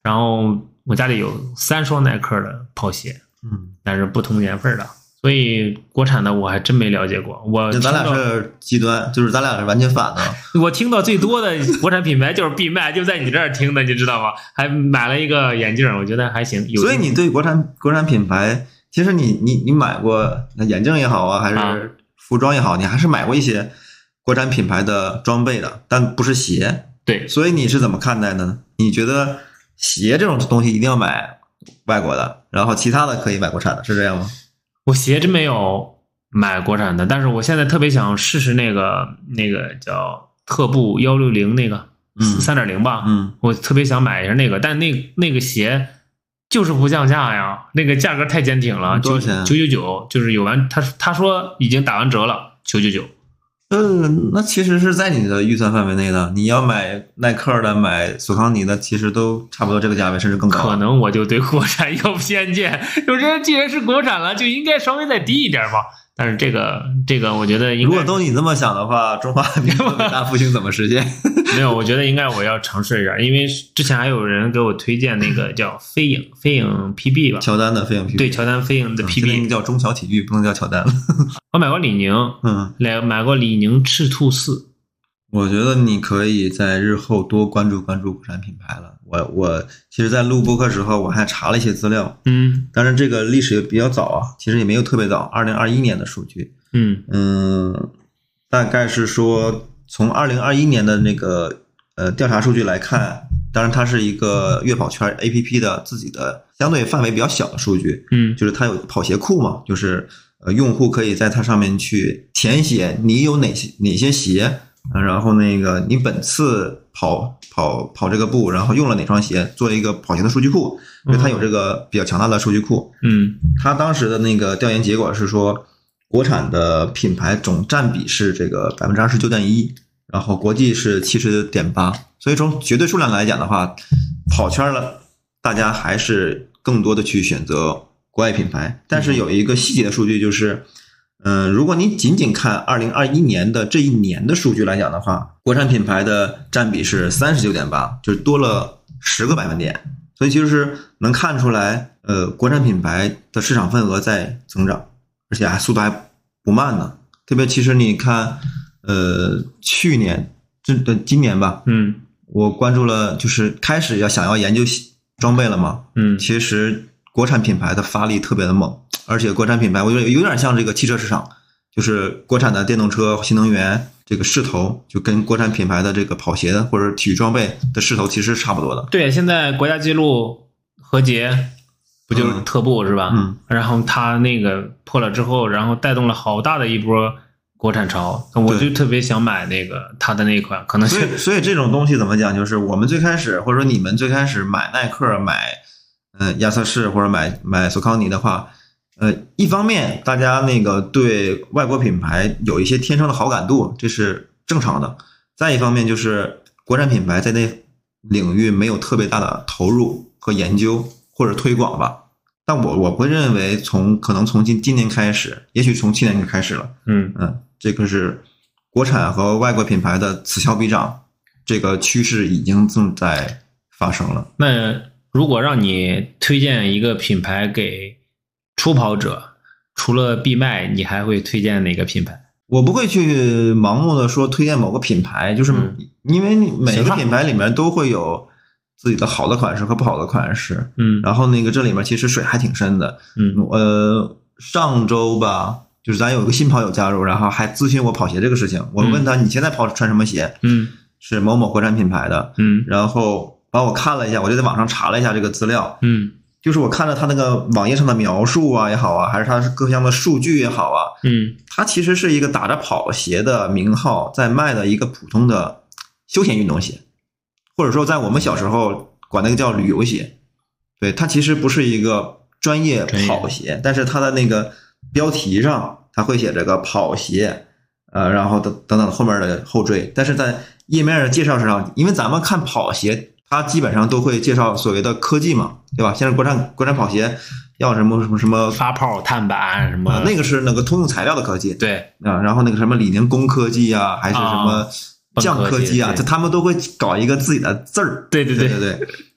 然后我家里有三双耐克的跑鞋， 嗯， 但是不同年份的，所以国产的我还真没了解过。我咱俩是极端，就是咱俩是完全反的。 我听到最多的国产品牌就是闭麦，就在你这儿听的，你知道吗？还买了一个眼镜，我觉得还行。有所以你对国产国产品牌，其实你你你买过眼镜也好啊，还是服装也好，啊、你还是买过一些国产品牌的装备的，但不是鞋。 对， 所以你是怎么看待呢？你觉得鞋这种东西一定要买外国的，然后其他的可以买国产的，是这样吗？ 我鞋真没有买国产的，但是我现在特别想试试那个那个叫特步一六零那个三点零吧， 嗯， 我特别想买一下那个，但那那个鞋就是不降价呀，那个价格太坚挺了， 多少钱？ 九九九，就是有完他他说已经打完折了，九九九。 嗯，那其实是在你的预算范围内的。你要买耐克的、买索康尼的，其实都差不多这个价位，甚至更高。 可能我就对国产有偏见，有些既然是国产了，就应该稍微再低一点吧。但是这个这个，我觉得应该如果都你这么想的话，中华民族伟大复兴怎么实现？ 没有，我觉得应该我要尝试一下，因为之前还有人给我推荐那个叫飞影飞影 P B 吧， 乔丹的飞影 P B， 对，乔丹飞影的 P B，、 嗯、叫中小体育，不能叫乔丹了。 我买过李宁， 嗯， 来买过李宁赤兔四。 我觉得你可以在日后多关注关注国产品牌了。我我其实，在录播客时候，我还查了一些资料， 嗯， 但是这个历史也比较早啊，其实也没有特别早，二零二一年的数据， 嗯嗯，大概是说从二零二一年的那个呃调查数据来看，当然它是一个悦跑圈 A P P 的自己的相对范围比较小的数据， 嗯， 就是它有跑鞋库嘛，就是呃用户可以在它上面去填写你有哪些哪些鞋。然后那个你本次跑跑跑这个步，然后用了哪双鞋，做一个跑鞋的数据库，因为它有这个比较强大的数据库。 嗯， 它当时的那个调研结果是说，国产的品牌总占比是这个百分之二十九点一，然后国际是七十点八，所以从绝对数量来讲的话，跑圈了，大家还是更多的去选择国外品牌。但是有一个细节的数据就是。嗯，如果你仅仅看二零二一年的这一年的数据来讲的话，国产品牌的占比是 三十九点八， 就是多了十个百分点。所以其实是能看出来，呃，国产品牌的市场份额在增长，而且还速度还不慢呢。特别其实你看，呃，去年这的今年吧， 嗯， 我关注了，就是开始要想要研究装备了嘛， 嗯， 其实国产品牌的发力特别的猛。而且国产品牌我觉得有点像这个汽车市场，就是国产的电动车新能源这个势头就跟国产品牌的这个跑鞋的或者体育装备的势头其实是差不多的。 对，现在国家纪录何洁不就是特步、嗯、是吧？ 嗯， 然后他那个破了之后，然后带动了好大的一波国产潮，我就特别想买那个他的那一款，可能所以所以这种东西怎么讲，就是我们最开始或者说你们最开始买耐克买嗯、呃、亚瑟士或者买买索康尼的话。呃，一方面大家那个对外国品牌有一些天生的好感度，这是正常的。再一方面就是国产品牌在那领域没有特别大的投入和研究或者推广吧。但我我会认为从可能从今今年开始，也许从去年就开始了。 嗯嗯，这个是国产和外国品牌的此消彼长，这个趋势已经正在发生了。 那如果让你推荐一个品牌给初跑者，除了闭麦，你还会推荐哪个品牌？ 我不会去盲目的说推荐某个品牌，就是因为每个品牌里面都会有自己的好的款式和不好的款式。 嗯， 然后那个这里面其实水还挺深的。 嗯， 呃，上周吧，就是咱有一个新跑友加入，然后还咨询我跑鞋这个事情。我问他你现在跑穿什么鞋？ 嗯， 是某某国产品牌的。 嗯， 然后帮我看了一下，我就在网上查了一下这个资料。 嗯。 就是我看了他那个网页上的描述啊也好啊，还是他各项的数据也好啊， 嗯， 它其实是一个打着跑鞋的名号在卖的一个普通的休闲运动鞋，或者说在我们小时候管那个叫旅游鞋。对，它其实不是一个专业跑鞋，但是它的那个标题上它会写这个跑鞋，呃，然后等等等后面的后缀，但是在页面的介绍上，因为咱们看跑鞋。它基本上都会介绍所谓的科技嘛，对吧？现在国产国产跑鞋要什么什么什么发泡碳板什么、 啊，那个是那个通用材料的科技， 对啊，然后那个什么李宁工科技啊，还是什么匠科技啊，就他们都会搞一个自己的字儿， 对对对对对对。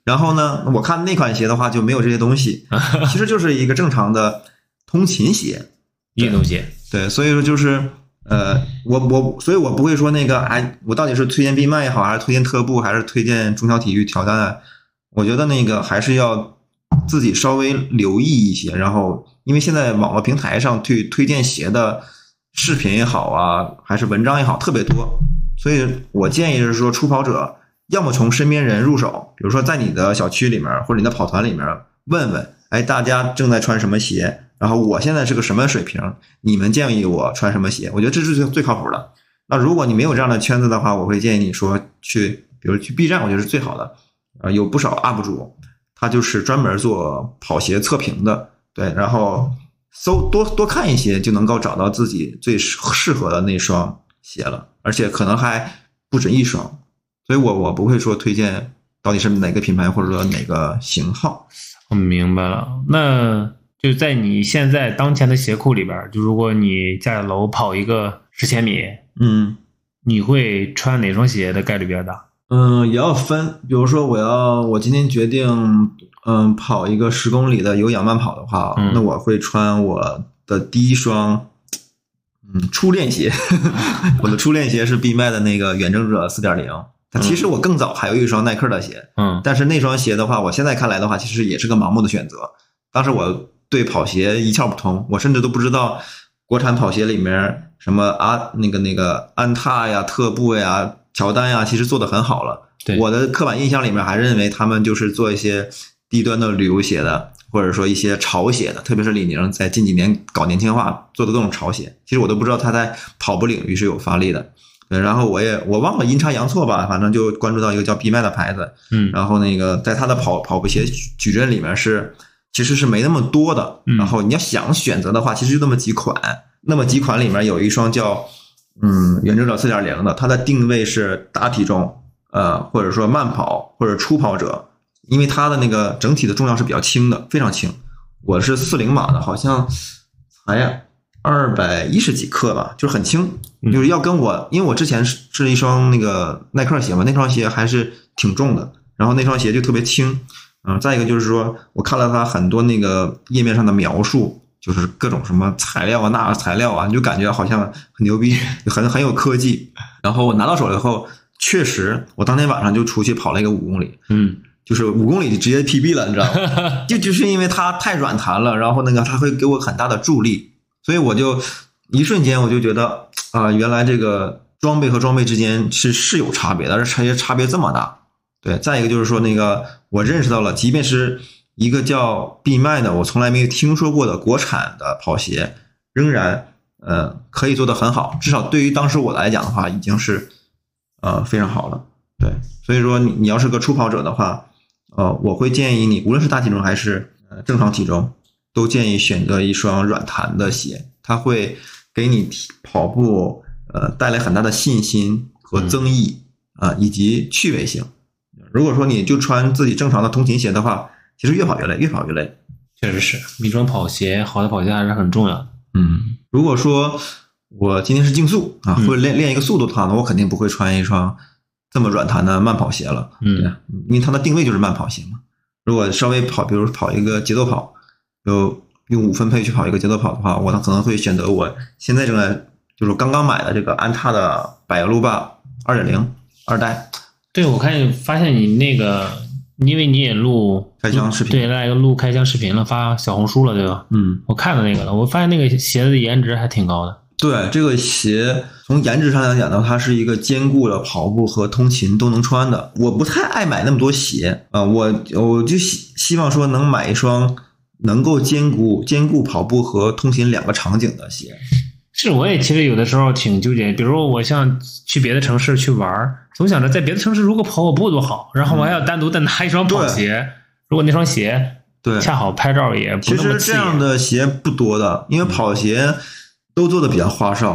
然后呢，我看那款鞋的话就没有这些东西，其实就是一个正常的通勤鞋、 运动鞋。 对，所以说就是呃，我我所以我不会说那个，哎，我到底是推荐闭麦也好，还是推荐特步，还是推荐中小体育挑战？我觉得那个还是要自己稍微留意一些。然后，因为现在网络平台上推推荐鞋的视频也好啊，还是文章也好，特别多。所以我建议是说，初跑者要么从身边人入手，比如说在你的小区里面或者你的跑团里面问问，哎，大家正在穿什么鞋？然后我现在是个什么水平？你们建议我穿什么鞋？我觉得这是最最靠谱的。那如果你没有这样的圈子的话，我会建议你说去，比如去 B 站，我觉得是最好的。呃，有不少 U P 主，他就是专门做跑鞋测评的，对，然后搜多多看一些，就能够找到自己最适合的那双鞋了，而且可能还不止一双。所以我我不会说推荐到底是哪个品牌或者说哪个型号。 我明白了，那。就在你现在当前的鞋库里边，就如果你下楼跑一个十千米， 嗯， 你会穿哪双鞋的概率比较大？ 嗯，也要分。比如说，我要我今天决定，嗯，跑一个十公里的有氧慢跑的话，嗯、那我会穿我的第一双，嗯，初练鞋。我的初练鞋是闭麦的那个远征者 四点零。它其实我更早还有一双耐克的鞋，嗯，但是那双鞋的话，我现在看来的话，其实也是个盲目的选择。当时我对跑鞋一窍不通，我甚至都不知道国产跑鞋里面什么啊那个那个安踏呀、特步呀、乔丹呀，其实做得很好了。 对， 我的刻板印象里面还认为他们就是做一些低端的旅游鞋的，或者说一些潮鞋的，特别是李宁在近几年搞年轻化做的各种潮鞋，其实我都不知道他在跑步领域是有发力的。对，然后我也我忘了阴差阳错吧，反正就关注到一个叫闭麦的牌子， 嗯， 然后那个在他的跑跑步鞋矩阵里面是。其实是没那么多的，然后你要想选择的话，其实就那么几款，那么几款里面有一双叫嗯远征者 四点零 的，它的定位是大体重，呃或者说慢跑或者初跑者，因为它的那个整体的重量是比较轻的，非常轻。我是四零码的，好像才二百一十几克吧，就是很轻，就是要跟我，因为我之前是是一双那个耐克鞋嘛，那双鞋还是挺重的，然后那双鞋就特别轻。嗯，再一个就是说，我看了它很多那个页面上的描述，就是各种什么材料啊、那材料啊，你就感觉好像很牛逼，很很有科技。然后我拿到手了以后，确实，我当天晚上就出去跑了一个五公里， 嗯， 就是五公里就直接 P B 了，你知道吗？就就是因为它太软弹了，然后那个它会给我很大的助力，所以我就一瞬间我就觉得啊、呃，原来这个装备和装备之间是是有差别的，而且差别这么大。对，再一个就是说那个我认识到了，即便是一个叫闭麦的我从来没有听说过的国产的跑鞋，仍然呃可以做得很好，至少对于当时我来讲的话已经是呃非常好了。对，所以说你你要是个初跑者的话，呃我会建议你无论是大体重还是呃正常体重，都建议选择一双软弹的鞋，它会给你跑步呃带来很大的信心和增益啊、呃、以及趣味性。如果说你就穿自己正常的通勤鞋的话，其实越跑越累，越跑越累。 确实是，一双跑鞋，好的跑鞋还是很重要的。 嗯，如果说我今天是竞速啊，或者练练一个速度的话，那我肯定不会穿一双这么软弹的慢跑鞋了。 嗯， 对，因为它的定位就是慢跑鞋嘛。如果稍微跑，比如跑一个节奏跑，就用五分配去跑一个节奏跑的话，我可能会选择我现在正在就是刚刚买的这个安踏的百路霸 二点零 二代。 对，我看发现你那个，因为你也录开箱视频， 对，来一个录开箱视频了，发小红书了，对吧？ 嗯， 我看了那个了，我发现那个鞋子的颜值还挺高的。 对，这个鞋从颜值上来讲呢，它是一个兼顾了跑步和通勤都能穿的。我不太爱买那么多鞋啊、呃，我我就希希望说能买一双能够兼顾兼顾跑步和通勤两个场景的鞋。 是，我也其实有的时候挺纠结，比如说我像去别的城市去玩，总想着在别的城市如果跑跑步多好，然后我还要单独再拿一双跑鞋，嗯、如果那双鞋对恰好拍照也不那么刺眼。 其实这样的鞋不多的，因为跑鞋都做的比较花哨，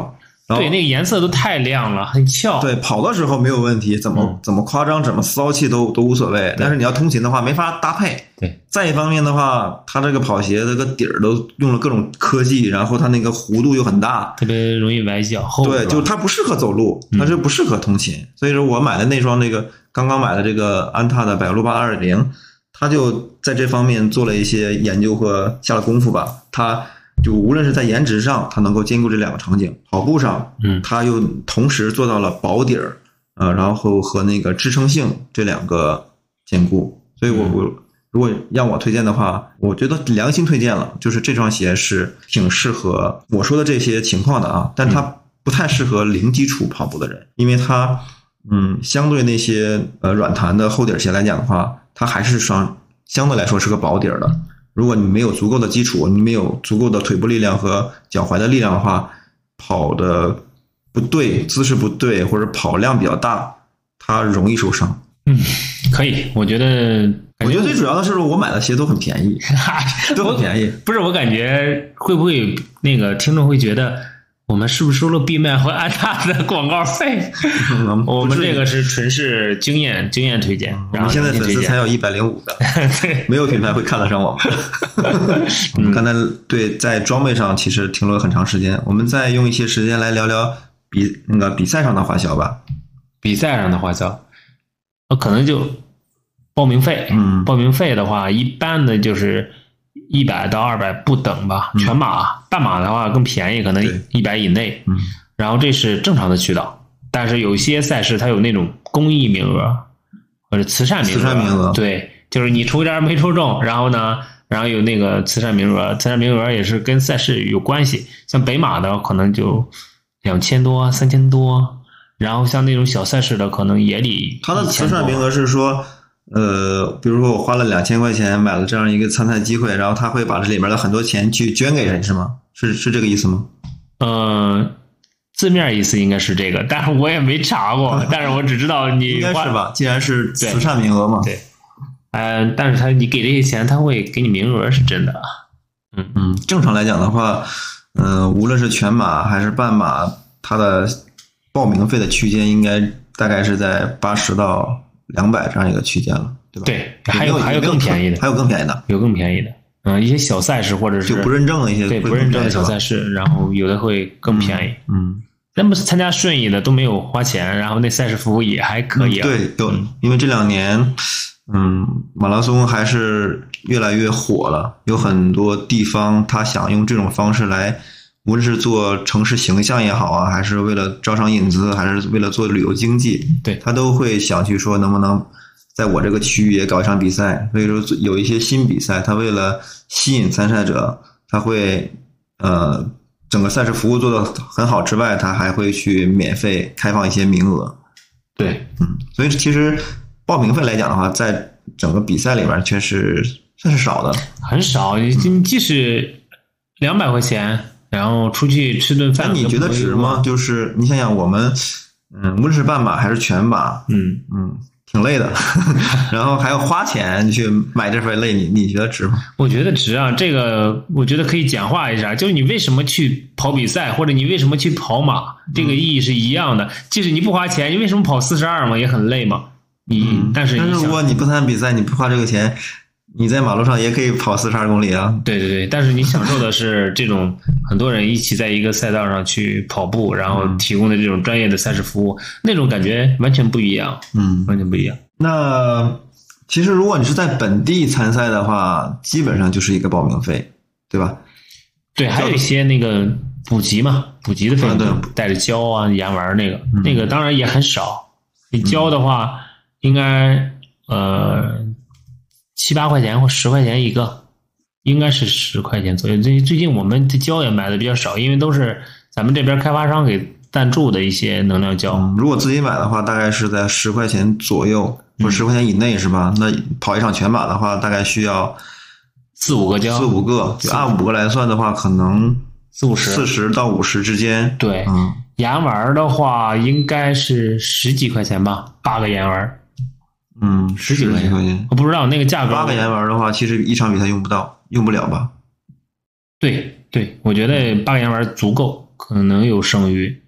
然后对，那个颜色都太亮了，很俏。 对，跑的时候没有问题，怎么、 嗯、 怎么夸张，怎么骚气都都无所谓。但是你要通勤的话，没法搭配。 对。 再一方面的话，它这个跑鞋这个底儿都用了各种科技，然后它那个弧度又很大， 特别容易崴脚。厚。 对，就它不适合走路，它就不适合通勤。嗯、所以说我买的那双那个刚刚买的这个安踏的百路霸二点零，它就在这方面做了一些研究和下了功夫吧。它就无论是在颜值上，它能够兼顾这两个场景；跑步上， 嗯， 它又同时做到了薄底儿，呃，然后和那个支撑性这两个兼顾。所以我我如果让我推荐的话，我觉得良心推荐了，就是这双鞋是挺适合我说的这些情况的啊，但它不太适合零基础跑步的人，因为它嗯，相对那些呃软弹的厚底鞋来讲的话，它还是双相对来说是个薄底儿的。如果你没有足够的基础，你没有足够的腿部力量和脚踝的力量的话，跑的不对，姿势不对，或者跑量比较大，它容易受伤。 嗯，可以，我觉得， 我觉得最主要的是我买的鞋都很便宜，都很便宜。 不是，我感觉会不会那个听众会觉得我们是不是收了闭麦和安踏的广告费？我们这个是纯是经验经验推荐。 我们现在粉丝才有一百零五个，没有品牌会看得上我们。我们刚才对在装备上其实停留了很长时间，我们再用一些时间来聊聊比那个比赛上的花销吧。 比赛上的花销，可能就报名费。 嗯， 报名费的话，一般的就是一百到二百不等吧。 嗯、 全马、半马的话更便宜，可能一百以内。 嗯， 然后这是正常的渠道，但是有些赛事它有那种公益名额或者慈善名额。 慈善名额， 对，就是你抽签没抽中，然后呢，然后有那个慈善名额，慈善名额也是跟赛事有关系。像北马的可能就两千多、三千多，然后像那种小赛事的可能也得。 它的慈善名额是说。呃，比如说我花了两千块钱买了这样一个参赛机会，然后他会把这里面的很多钱去捐给人，是吗？是是这个意思吗？ 呃，字面意思应该是这个，但是我也没查过，但是我只知道你应该是吧？既然是慈善名额嘛， 对，嗯、呃，但是他你给这些钱，他会给你名额，是真的。嗯嗯，正常来讲的话，嗯、呃，无论是全马还是半马，它的报名费的区间应该大概是在八十到。两百这样一个区间了，对吧？ 对，还有还有更便宜的， 还有更便宜的， 有更便宜的。嗯，一些小赛事或者是就不认证的一些， 对不认证的小赛事，然后有的会更便宜。 嗯， 那么参加顺义的都没有花钱，然后那赛事服务也还可以、啊嗯。对，有、嗯，因为这两年，嗯，马拉松还是越来越火了，有很多地方他想用这种方式来。无论是做城市形象也好啊，还是为了招商引资，还是为了做旅游经济， 对， 他都会想去说能不能在我这个区域也搞一场比赛。所以说有一些新比赛，他为了吸引参赛者，他会呃整个赛事服务做得很好之外，他还会去免费开放一些名额。 对， 嗯，所以其实报名费来讲的话，在整个比赛里面确实算是少的， 很少。你即使两百块钱。然后出去吃顿饭， 你觉得值吗？就是你想想，我们嗯，无论是半马还是全马， 嗯嗯，挺累的，然后还要花钱去买这份累，你你觉得值吗？ 我觉得值啊，这个我觉得可以简化一下，就是你为什么去跑比赛，或者你为什么去跑马，这个意义是一样的。即使你不花钱，你为什么跑四十二嘛，也很累嘛。你、 嗯、 但是但是如果你不参加比赛，你不花这个钱。你在马路上也可以跑四十二公里啊！ 对对对，但是你享受的是这种很多人一起在一个赛道上去跑步，然后提供的这种专业的赛事服务，嗯、那种感觉完全不一样， 嗯， 完全不一样。 那其实如果你是在本地参赛的话，基本上就是一个报名费，对吧？ 对，还有一些那个补给嘛，补给的费用， 嗯、 带着胶啊、盐丸那个， 嗯、 那个当然也很少。你胶的话，应该呃。七八块钱或十块钱一个，应该是十块钱左右。最最近我们的胶也买的比较少，因为都是咱们这边开发商给赞助的一些能量胶。 嗯、如果自己买的话，大概是在十块钱左右，或者十块钱以内，是吧？嗯、那跑一场全马的话，大概需要四五个胶， 四五个，就按五个来算的话，可能四五十， 四十到五十之间。 对， 嗯， 盐丸的话应该是十几块钱吧，八个盐丸。 嗯， 十几块钱， 块钱我不知道那个价格。 八个盐丸的话，其实一场比赛用不到，用不了吧？ 对对，我觉得八个盐丸足够，可能有剩余。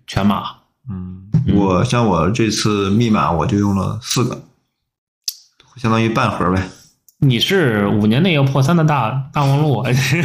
全马。 嗯，我像我这次密码我就用了四个，相当于半盒呗。 你是五年内要破三的大大望路，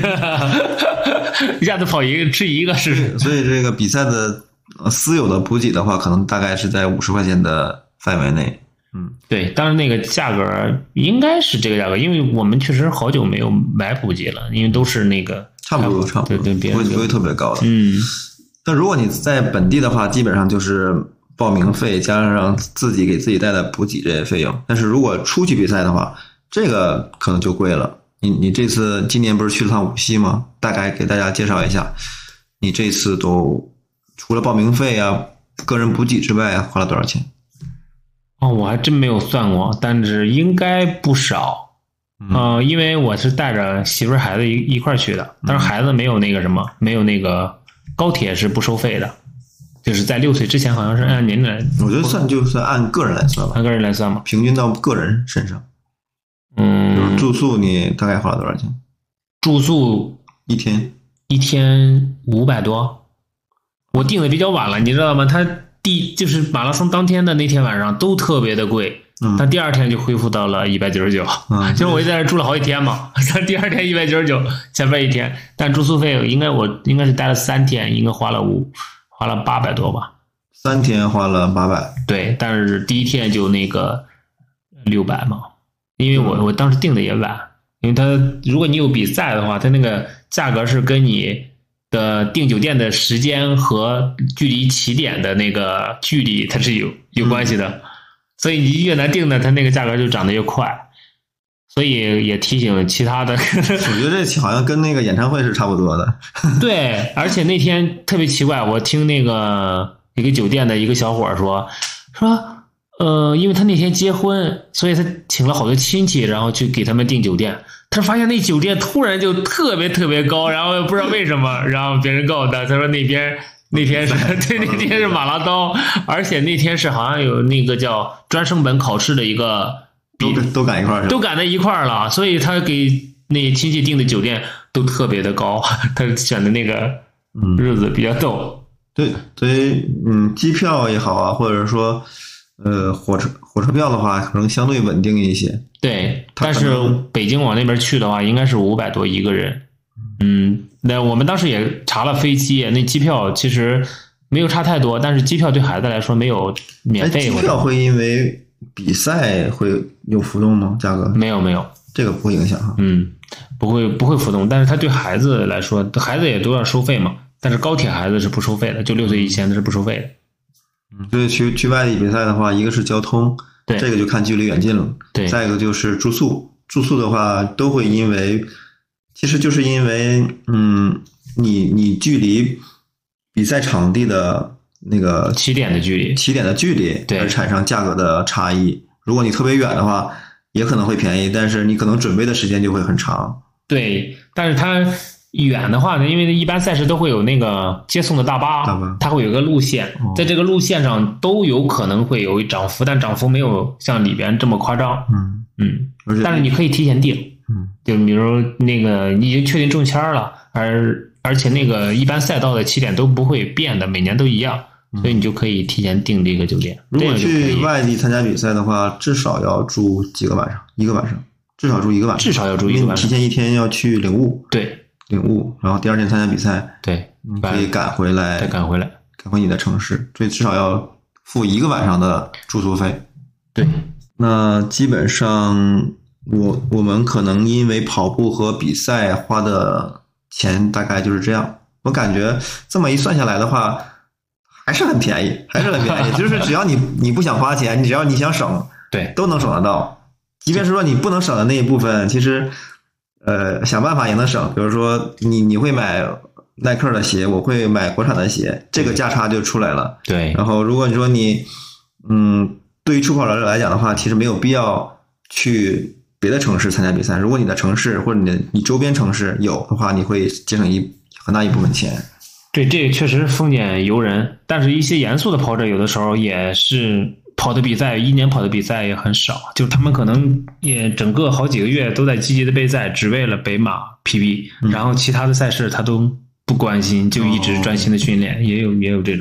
一下子跑一个吃一个试试。 所以这个比赛的私有的补给的话，可能大概是在五十块钱的范围内。嗯， 对，当然那个价格应该是这个价格，因为我们确实好久没有买补给了，因为都是那个差不多差不多， 对对， 不会不会特别高的。 嗯， 但如果你在本地的话，基本上就是报名费加上自己给自己带的补给这些费用。但是如果出去比赛的话，这个可能就贵了。你你这次今年不是去了趟无锡吗？大概给大家介绍一下，你这次都除了报名费啊、个人补给之外，花了多少钱？ 哦，我还真没有算过，但是应该不少。嗯、呃，因为我是带着媳妇儿孩子一一块儿去的，但是孩子没有那个什么，没有那个高铁是不收费的，就是在六岁之前好像是按年龄来。 我觉得算就算按个人来算吧， 按个人来算吧， 平均到个人身上。 嗯， 就是住宿你大概花了多少钱？ 住宿一天一天五百多，我订的比较晚了，你知道吗？他第就是马拉松当天的那天晚上都特别的贵，嗯，他第二天就恢复到了一百九十九，嗯，就是我就在这住了好几天嘛，他第二天一百九十九，前边一天，但住宿费应该我应该是待了三天，应该花了五花了八百多吧， 三天花了八百， 对，但是第一天就那个六百嘛。因为我我当时订的也晚，因为他如果你有比赛的话，他那个价格是跟你的订酒店的时间和距离起点的那个距离它是有有关系的，嗯、所以你越难订的，它那个价格就涨得越快。所以也提醒其他的， 我觉得这好像跟那个演唱会是差不多的。 对，而且那天特别奇怪，我听那个一个酒店的一个小伙说说。呃，因为他那天结婚，所以他请了好多亲戚，然后去给他们订酒店。他发现那酒店突然就特别特别高，然后也不知道为什么，然后别人告诉他，他说那边那天是对那天是马拉松，而且那天是好像有那个叫专升本考试的一个比，都都赶一块儿， 都赶在一块儿了，所以他给那亲戚订的酒店都特别的高，他选的那个日子比较逗。 嗯、对，所以嗯，机票也好啊，或者说。呃，火车火车票的话，可能相对稳定一些。 对，但是北京往那边去的话，应该是五百多一个人。嗯，那我们当时也查了飞机，那机票其实没有差太多，但是机票对孩子来说没有免费。 机票会因为比赛会有浮动吗？价格？ 没有没有， 这个不会影响哈。 嗯，不会不会浮动，但是它对孩子来说，孩子也都要收费嘛。但是高铁孩子是不收费的，就六岁以前的是不收费的。 所以去去外地比赛的话，一个是交通， 对， 这个就看距离远近了。 对， 再一个就是住宿，住宿的话都会因为，其实就是因为，嗯，你你距离比赛场地的那个起点的距离， 起点的距离， 对， 而产生价格的差异。如果你特别远的话，也可能会便宜，但是你可能准备的时间就会很长。 对，但是它。远的话呢，因为一般赛事都会有那个接送的大巴， 大巴它会有一个路线， 哦、 在这个路线上都有可能会有涨幅，但涨幅没有像里边这么夸张。 嗯嗯，但是你可以提前订， 嗯， 就比如那个你已经确定中签了，而而且那个一般赛道的起点都不会变的，每年都一样，所以你就可以提前订这个酒店。 如果去外地参加比赛的话，至少要住几个晚上，一个晚上，至少住一个晚上， 至少要住一个晚上。 提前一天要去领悟。 对。 领悟，然后第二天参加比赛， 对， 你可以赶回来， 再赶回来， 赶回你的城市，所以至少要付一个晚上的住宿费。 对， 那基本上我我们可能因为跑步和比赛花的钱大概就是这样。我感觉这么一算下来的话，还是很便宜，还是很便宜。就是只要你你不想花钱，你只要你想省， 对， 都能省得到。即便是说你不能省的那一部分，其实。呃，想办法也能省，比如说你你会买耐克的鞋，我会买国产的鞋，这个价差就出来了。 对。 然后如果你说你，嗯，对于初跑者来讲的话，其实没有必要去别的城市参加比赛。如果你的城市或者你的你周边城市有的话，你会节省一很大一部分钱。 对，这确实丰俭由人，但是一些严肃的跑者有的时候也是。跑的比赛，一年跑的比赛也很少，就是他们可能也整个好几个月都在积极的备赛，只为了北马 P B，、嗯、然后其他的赛事他都不关心，就一直专心的训练，哦、也有也有这种。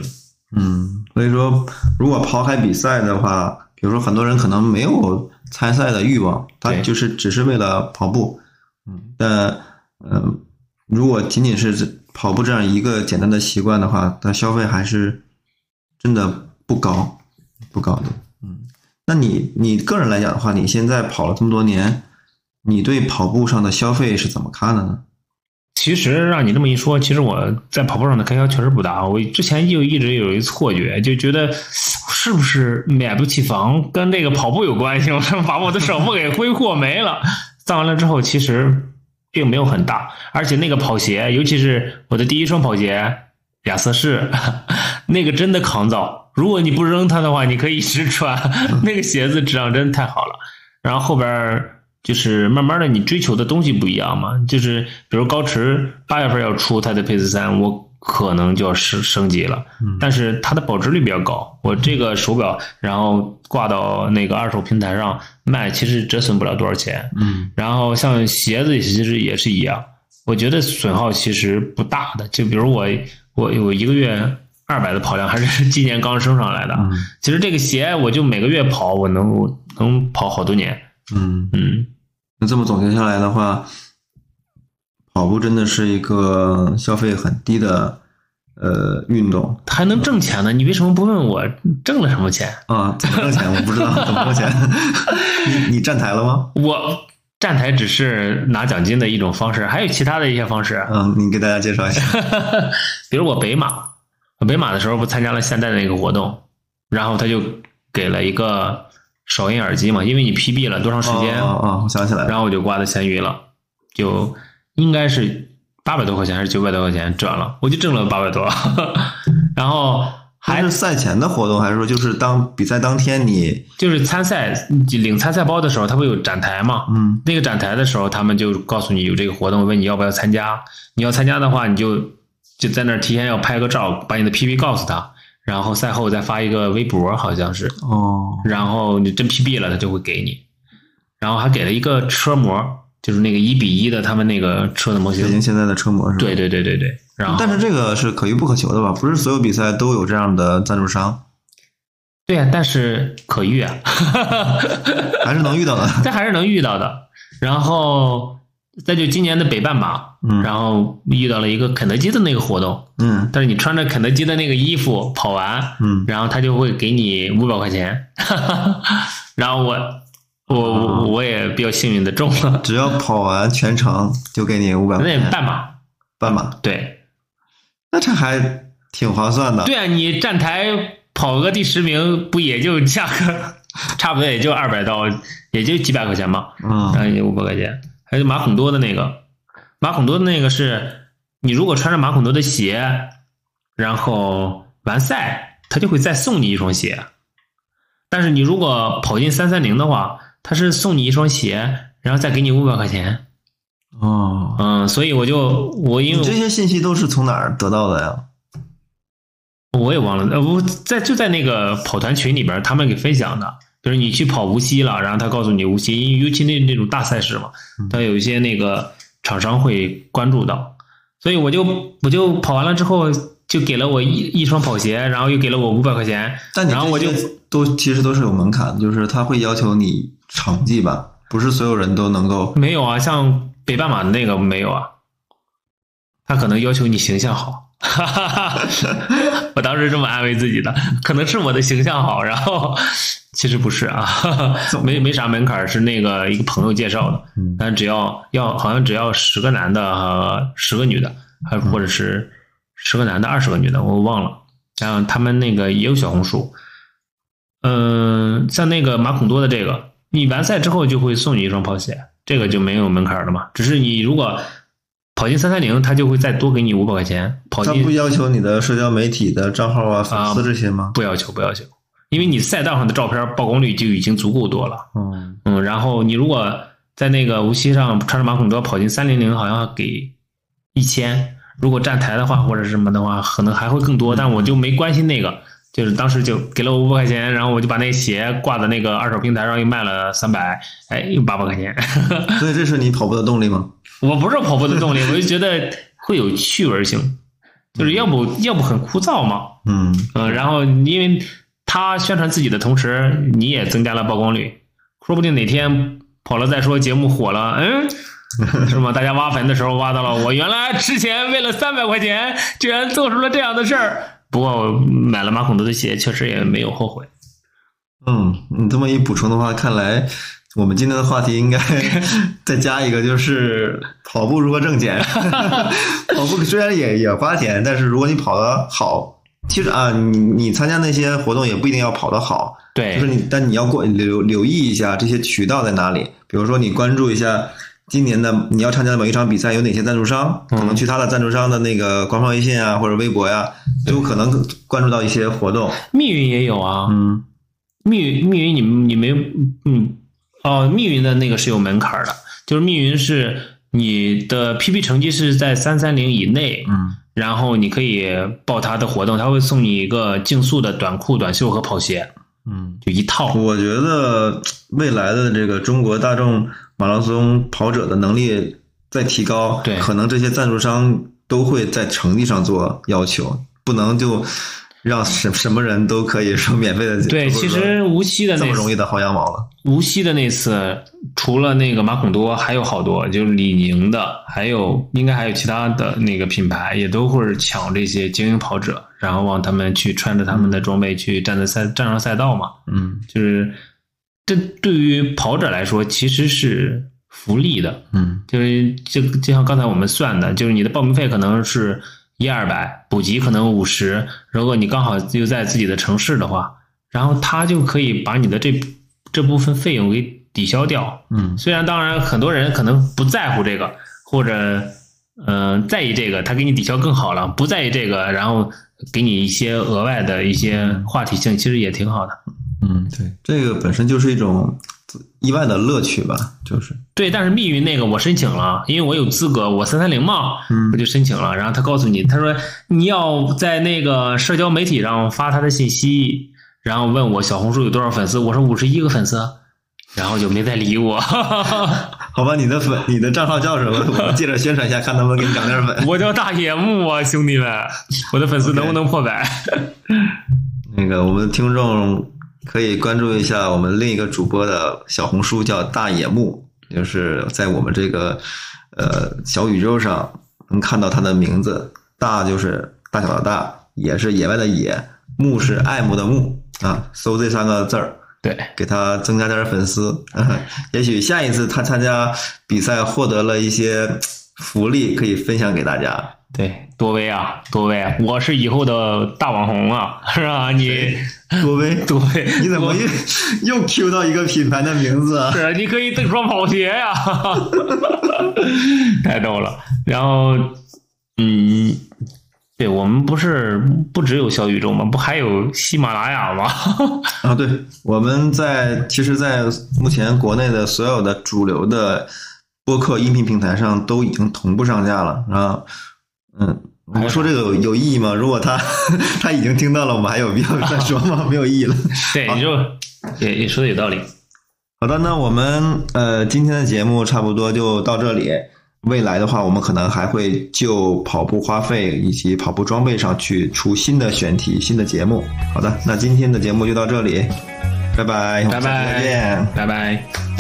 嗯，所以说如果抛开比赛的话，比如说很多人可能没有参赛的欲望，他就是只是为了跑步。嗯，但呃，如果仅仅是跑步这样一个简单的习惯的话，它消费还是真的不高，不高的。嗯，那你你个人来讲的话，你现在跑了这么多年，你对跑步上的消费是怎么看的呢？ 其实让你这么一说，其实我在跑步上的开销确实不大。我之前就一直有一错觉，就觉得是不是买不起房跟这个跑步有关系？我把我的首付给挥霍没了。算完了之后，其实并没有很大，而且那个跑鞋，尤其是我的第一双跑鞋亚瑟士，那个真的抗造。如果你不扔它的话，你可以一直穿。那个鞋子质量真的太好了。然后后边就是慢慢的你追求的东西不一样嘛，就是比如高驰八月份要出它的佩斯三，我可能就要升升级了，但是它的保值率比较高，我这个手表然后挂到那个二手平台上卖，其实折损不了多少钱。 嗯， 然后像鞋子其实也是一样，我觉得损耗其实不大的，就比如我我有一个月二百的跑量，还是今年刚升上来的。 嗯， 其实这个鞋我就每个月跑，我能我能跑好多年。 嗯嗯， 那这么总结下来的话，跑步真的是一个消费很低的呃运动， 还能挣钱呢？你为什么不问我挣了什么钱啊？怎么挣钱？我不知道怎么挣钱。你你站台了吗？ 我站台只是拿奖金的一种方式，还有其他的一些方式。 嗯，你给大家介绍一下。 比如我北马，北马的时候不参加了现代的那个活动，然后他就给了一个少音耳机嘛，因为你 P B 了多长时间？ 哦哦，我想起来了。 然后我就挂在闲鱼了，就应该是八百多块钱还是九百多块钱赚了，我就挣了八百多。然后还是赛前的活动，还是说就是当比赛当天你就是参赛领参赛包的时候，他不有展台嘛？ 嗯， 那个展台的时候，他们就告诉你有这个活动，问你要不要参加。你要参加的话，你就就在那儿提前要拍个照，把你的 P B 告诉他。然后赛后再发一个微博，好像是哦， 然后你真 P B 了，他就会给你，然后还给了一个车模，就是那个一比一的他们那个车的模型， 北京现在的车模是吧？ 对对对对对。然后， 但是这个是可遇不可求的吧？不是所有比赛都有这样的赞助商。 对呀、啊，但是可遇啊， 还是能遇到的， 这还是能遇到的。然后再就今年的北半马， 嗯， 然后遇到了一个肯德基的那个活动， 嗯， 但是你穿着肯德基的那个衣服跑完， 嗯， 然后他就会给你五百块钱，然后我我我我也比较幸运的中了， 只要跑完全程就给你五百块钱， 那半马， 半马， 对， 那这还挺划算的。 对啊，你站台跑个第十名，不也就价格差不多也就二百刀，也就几百块钱嘛， 嗯， 然后也五百块钱。还有马孔多的那个，马孔多的那个是你如果穿着马孔多的鞋，然后完赛，他就会再送你一双鞋。但是你如果跑进三三零的话，他是送你一双鞋，然后再给你五百块钱。 哦， 嗯，所以我就我因为你这些信息都是从哪儿得到的呀？ 我也忘了，呃，我在就在那个跑团群里边，他们给分享的。就是你去跑无锡了，然后他告诉你无锡，尤其那那种大赛事嘛，他有一些那个厂商会关注到，所以我就我就跑完了之后，就给了我一一双跑鞋，然后又给了我五百块钱， 但你然后我就都其实都是有门槛，就是他会要求你成绩吧，不是所有人都能够。 没有啊，像北半马的那个没有啊，他可能要求你形象好。哈哈哈，我当时这么安慰自己的，可能是我的形象好，然后其实不是啊，没没啥门槛，是那个一个朋友介绍的，但只要要好像只要十个男的和十个女的，还或者是十个男的二十个女的，我忘了。然后他们那个也有小红书，嗯、呃，像那个马孔多的这个，你完赛之后就会送你一双跑鞋，这个就没有门槛了嘛，只是你如果跑进三三零，他就会再多给你五百块钱。跑进他不要求你的社交媒体的账号啊、粉丝这些吗？ 啊、不要求，不要求，因为你赛道上的照片曝光率就已经足够多了。 嗯嗯，然后你如果在那个无锡上穿着马孔多跑进三零零，好像要给一千。如果站台的话或者什么的话，可能还会更多，但我就没关心那个。就是当时就给了我五百块钱，然后我就把那鞋挂在那个二手平台上，又卖了三百，哎，又八百块钱。 所以这是你跑步的动力吗？ 我不是跑步的动力，我就觉得会有趣味性。 就是要不要不很枯燥嘛。 嗯嗯、呃，然后因为他宣传自己的同时，你也增加了曝光率，说不定哪天跑了再说节目火了，嗯。是吗？大家挖坟的时候挖到了我原来之前为了三百块钱居然做出了这样的事儿。不过我买了马孔多的鞋，确实也没有后悔。 嗯，你这么一补充的话，看来我们今天的话题应该再加一个，就是跑步如何挣钱。跑步虽然也也花钱，但是如果你跑得好，其实啊，你你参加那些活动也不一定要跑得好， 对， 就是你，但你要过留留意一下这些渠道在哪里，比如说你关注一下。今年的你要参加的某一场比赛有哪些赞助商？可能去他的赞助商的那个官方微信啊，或者微博呀，就可能关注到一些活动。 密云也有啊， 嗯， 密云密云你你没有，嗯，哦，密云的那个是有门槛的，就是密云是你的 P B 成绩是在三三零以内， 嗯， 然后你可以报他的活动，他会送你一个竞速的短裤、短袖和跑鞋， 嗯， 就一套。 我觉得未来的这个中国大众马拉松跑者的能力在提高， 对， 可能这些赞助商都会在成绩上做要求，不能就让什什么人都可以说免费的。 对，其实无锡的那这么容易的薅羊毛了。 无锡的那次，除了那个马孔多，还有好多，就是李宁的，还有应该还有其他的那个品牌，也都会抢这些精英跑者，然后让他们去穿着他们的装备去站在赛站上赛道嘛。 嗯， 就是这对于跑者来说其实是福利的。 嗯， 就是就就像刚才我们算的，就是你的报名费可能是一二百，补给可能五十，如果你刚好又在自己的城市的话，然后他就可以把你的这这部分费用给抵消掉。 嗯， 虽然当然很多人可能不在乎这个，或者嗯、呃、在意这个，他给你抵消更好了；不在意这个，然后给你一些额外的一些话题性，其实也挺好的。 嗯，对，这个本身就是一种意外的乐趣吧，就是对。但是密云那个我申请了，因为我有资格，我三三零嘛， 嗯， 我就申请了。然后他告诉你，他说你要在那个社交媒体上发他的信息，然后问我小红书有多少粉丝，我说五十一个粉丝，然后就没再理我。 好吧，你的粉，你的账号叫什么？我借着宣传一下，看能不能给你涨点粉。 我叫大野木啊，兄弟们，我的粉丝能不能破百？ Okay. 那个我们的听众可以关注一下我们另一个主播的小红书，叫大野木，就是在我们这个呃小宇宙上能看到他的名字。大就是大小的大，野是野外的野，木是爱慕的慕啊，搜这三个字儿。 对， 给他增加点粉丝，也许下一次他参加比赛获得了一些福利，可以分享给大家。 对，多威啊，多威啊，我是以后的大网红啊，是吧？你多威， 多威， 你怎么又又 Q 到一个品牌的名字啊？ 是，你可以这双跑鞋呀、啊，太逗了。然后，嗯。对，我们不是不只有小宇宙吗？不还有喜马拉雅吗？ 啊，对，我们在其实，在目前国内的所有的主流的播客音频平台上都已经同步上架了啊。嗯，我们说这个有有意义吗？如果他他已经听到了，我们还有必要再说吗？没有意义了。 对，你就也也说的有道理。 好的，那我们呃今天的节目差不多就到这里。未来的话，我们可能还会就跑步花费以及跑步装备上去出新的选题、新的节目。好的，那今天的节目就到这里，拜拜， 拜拜， 再见， 拜拜。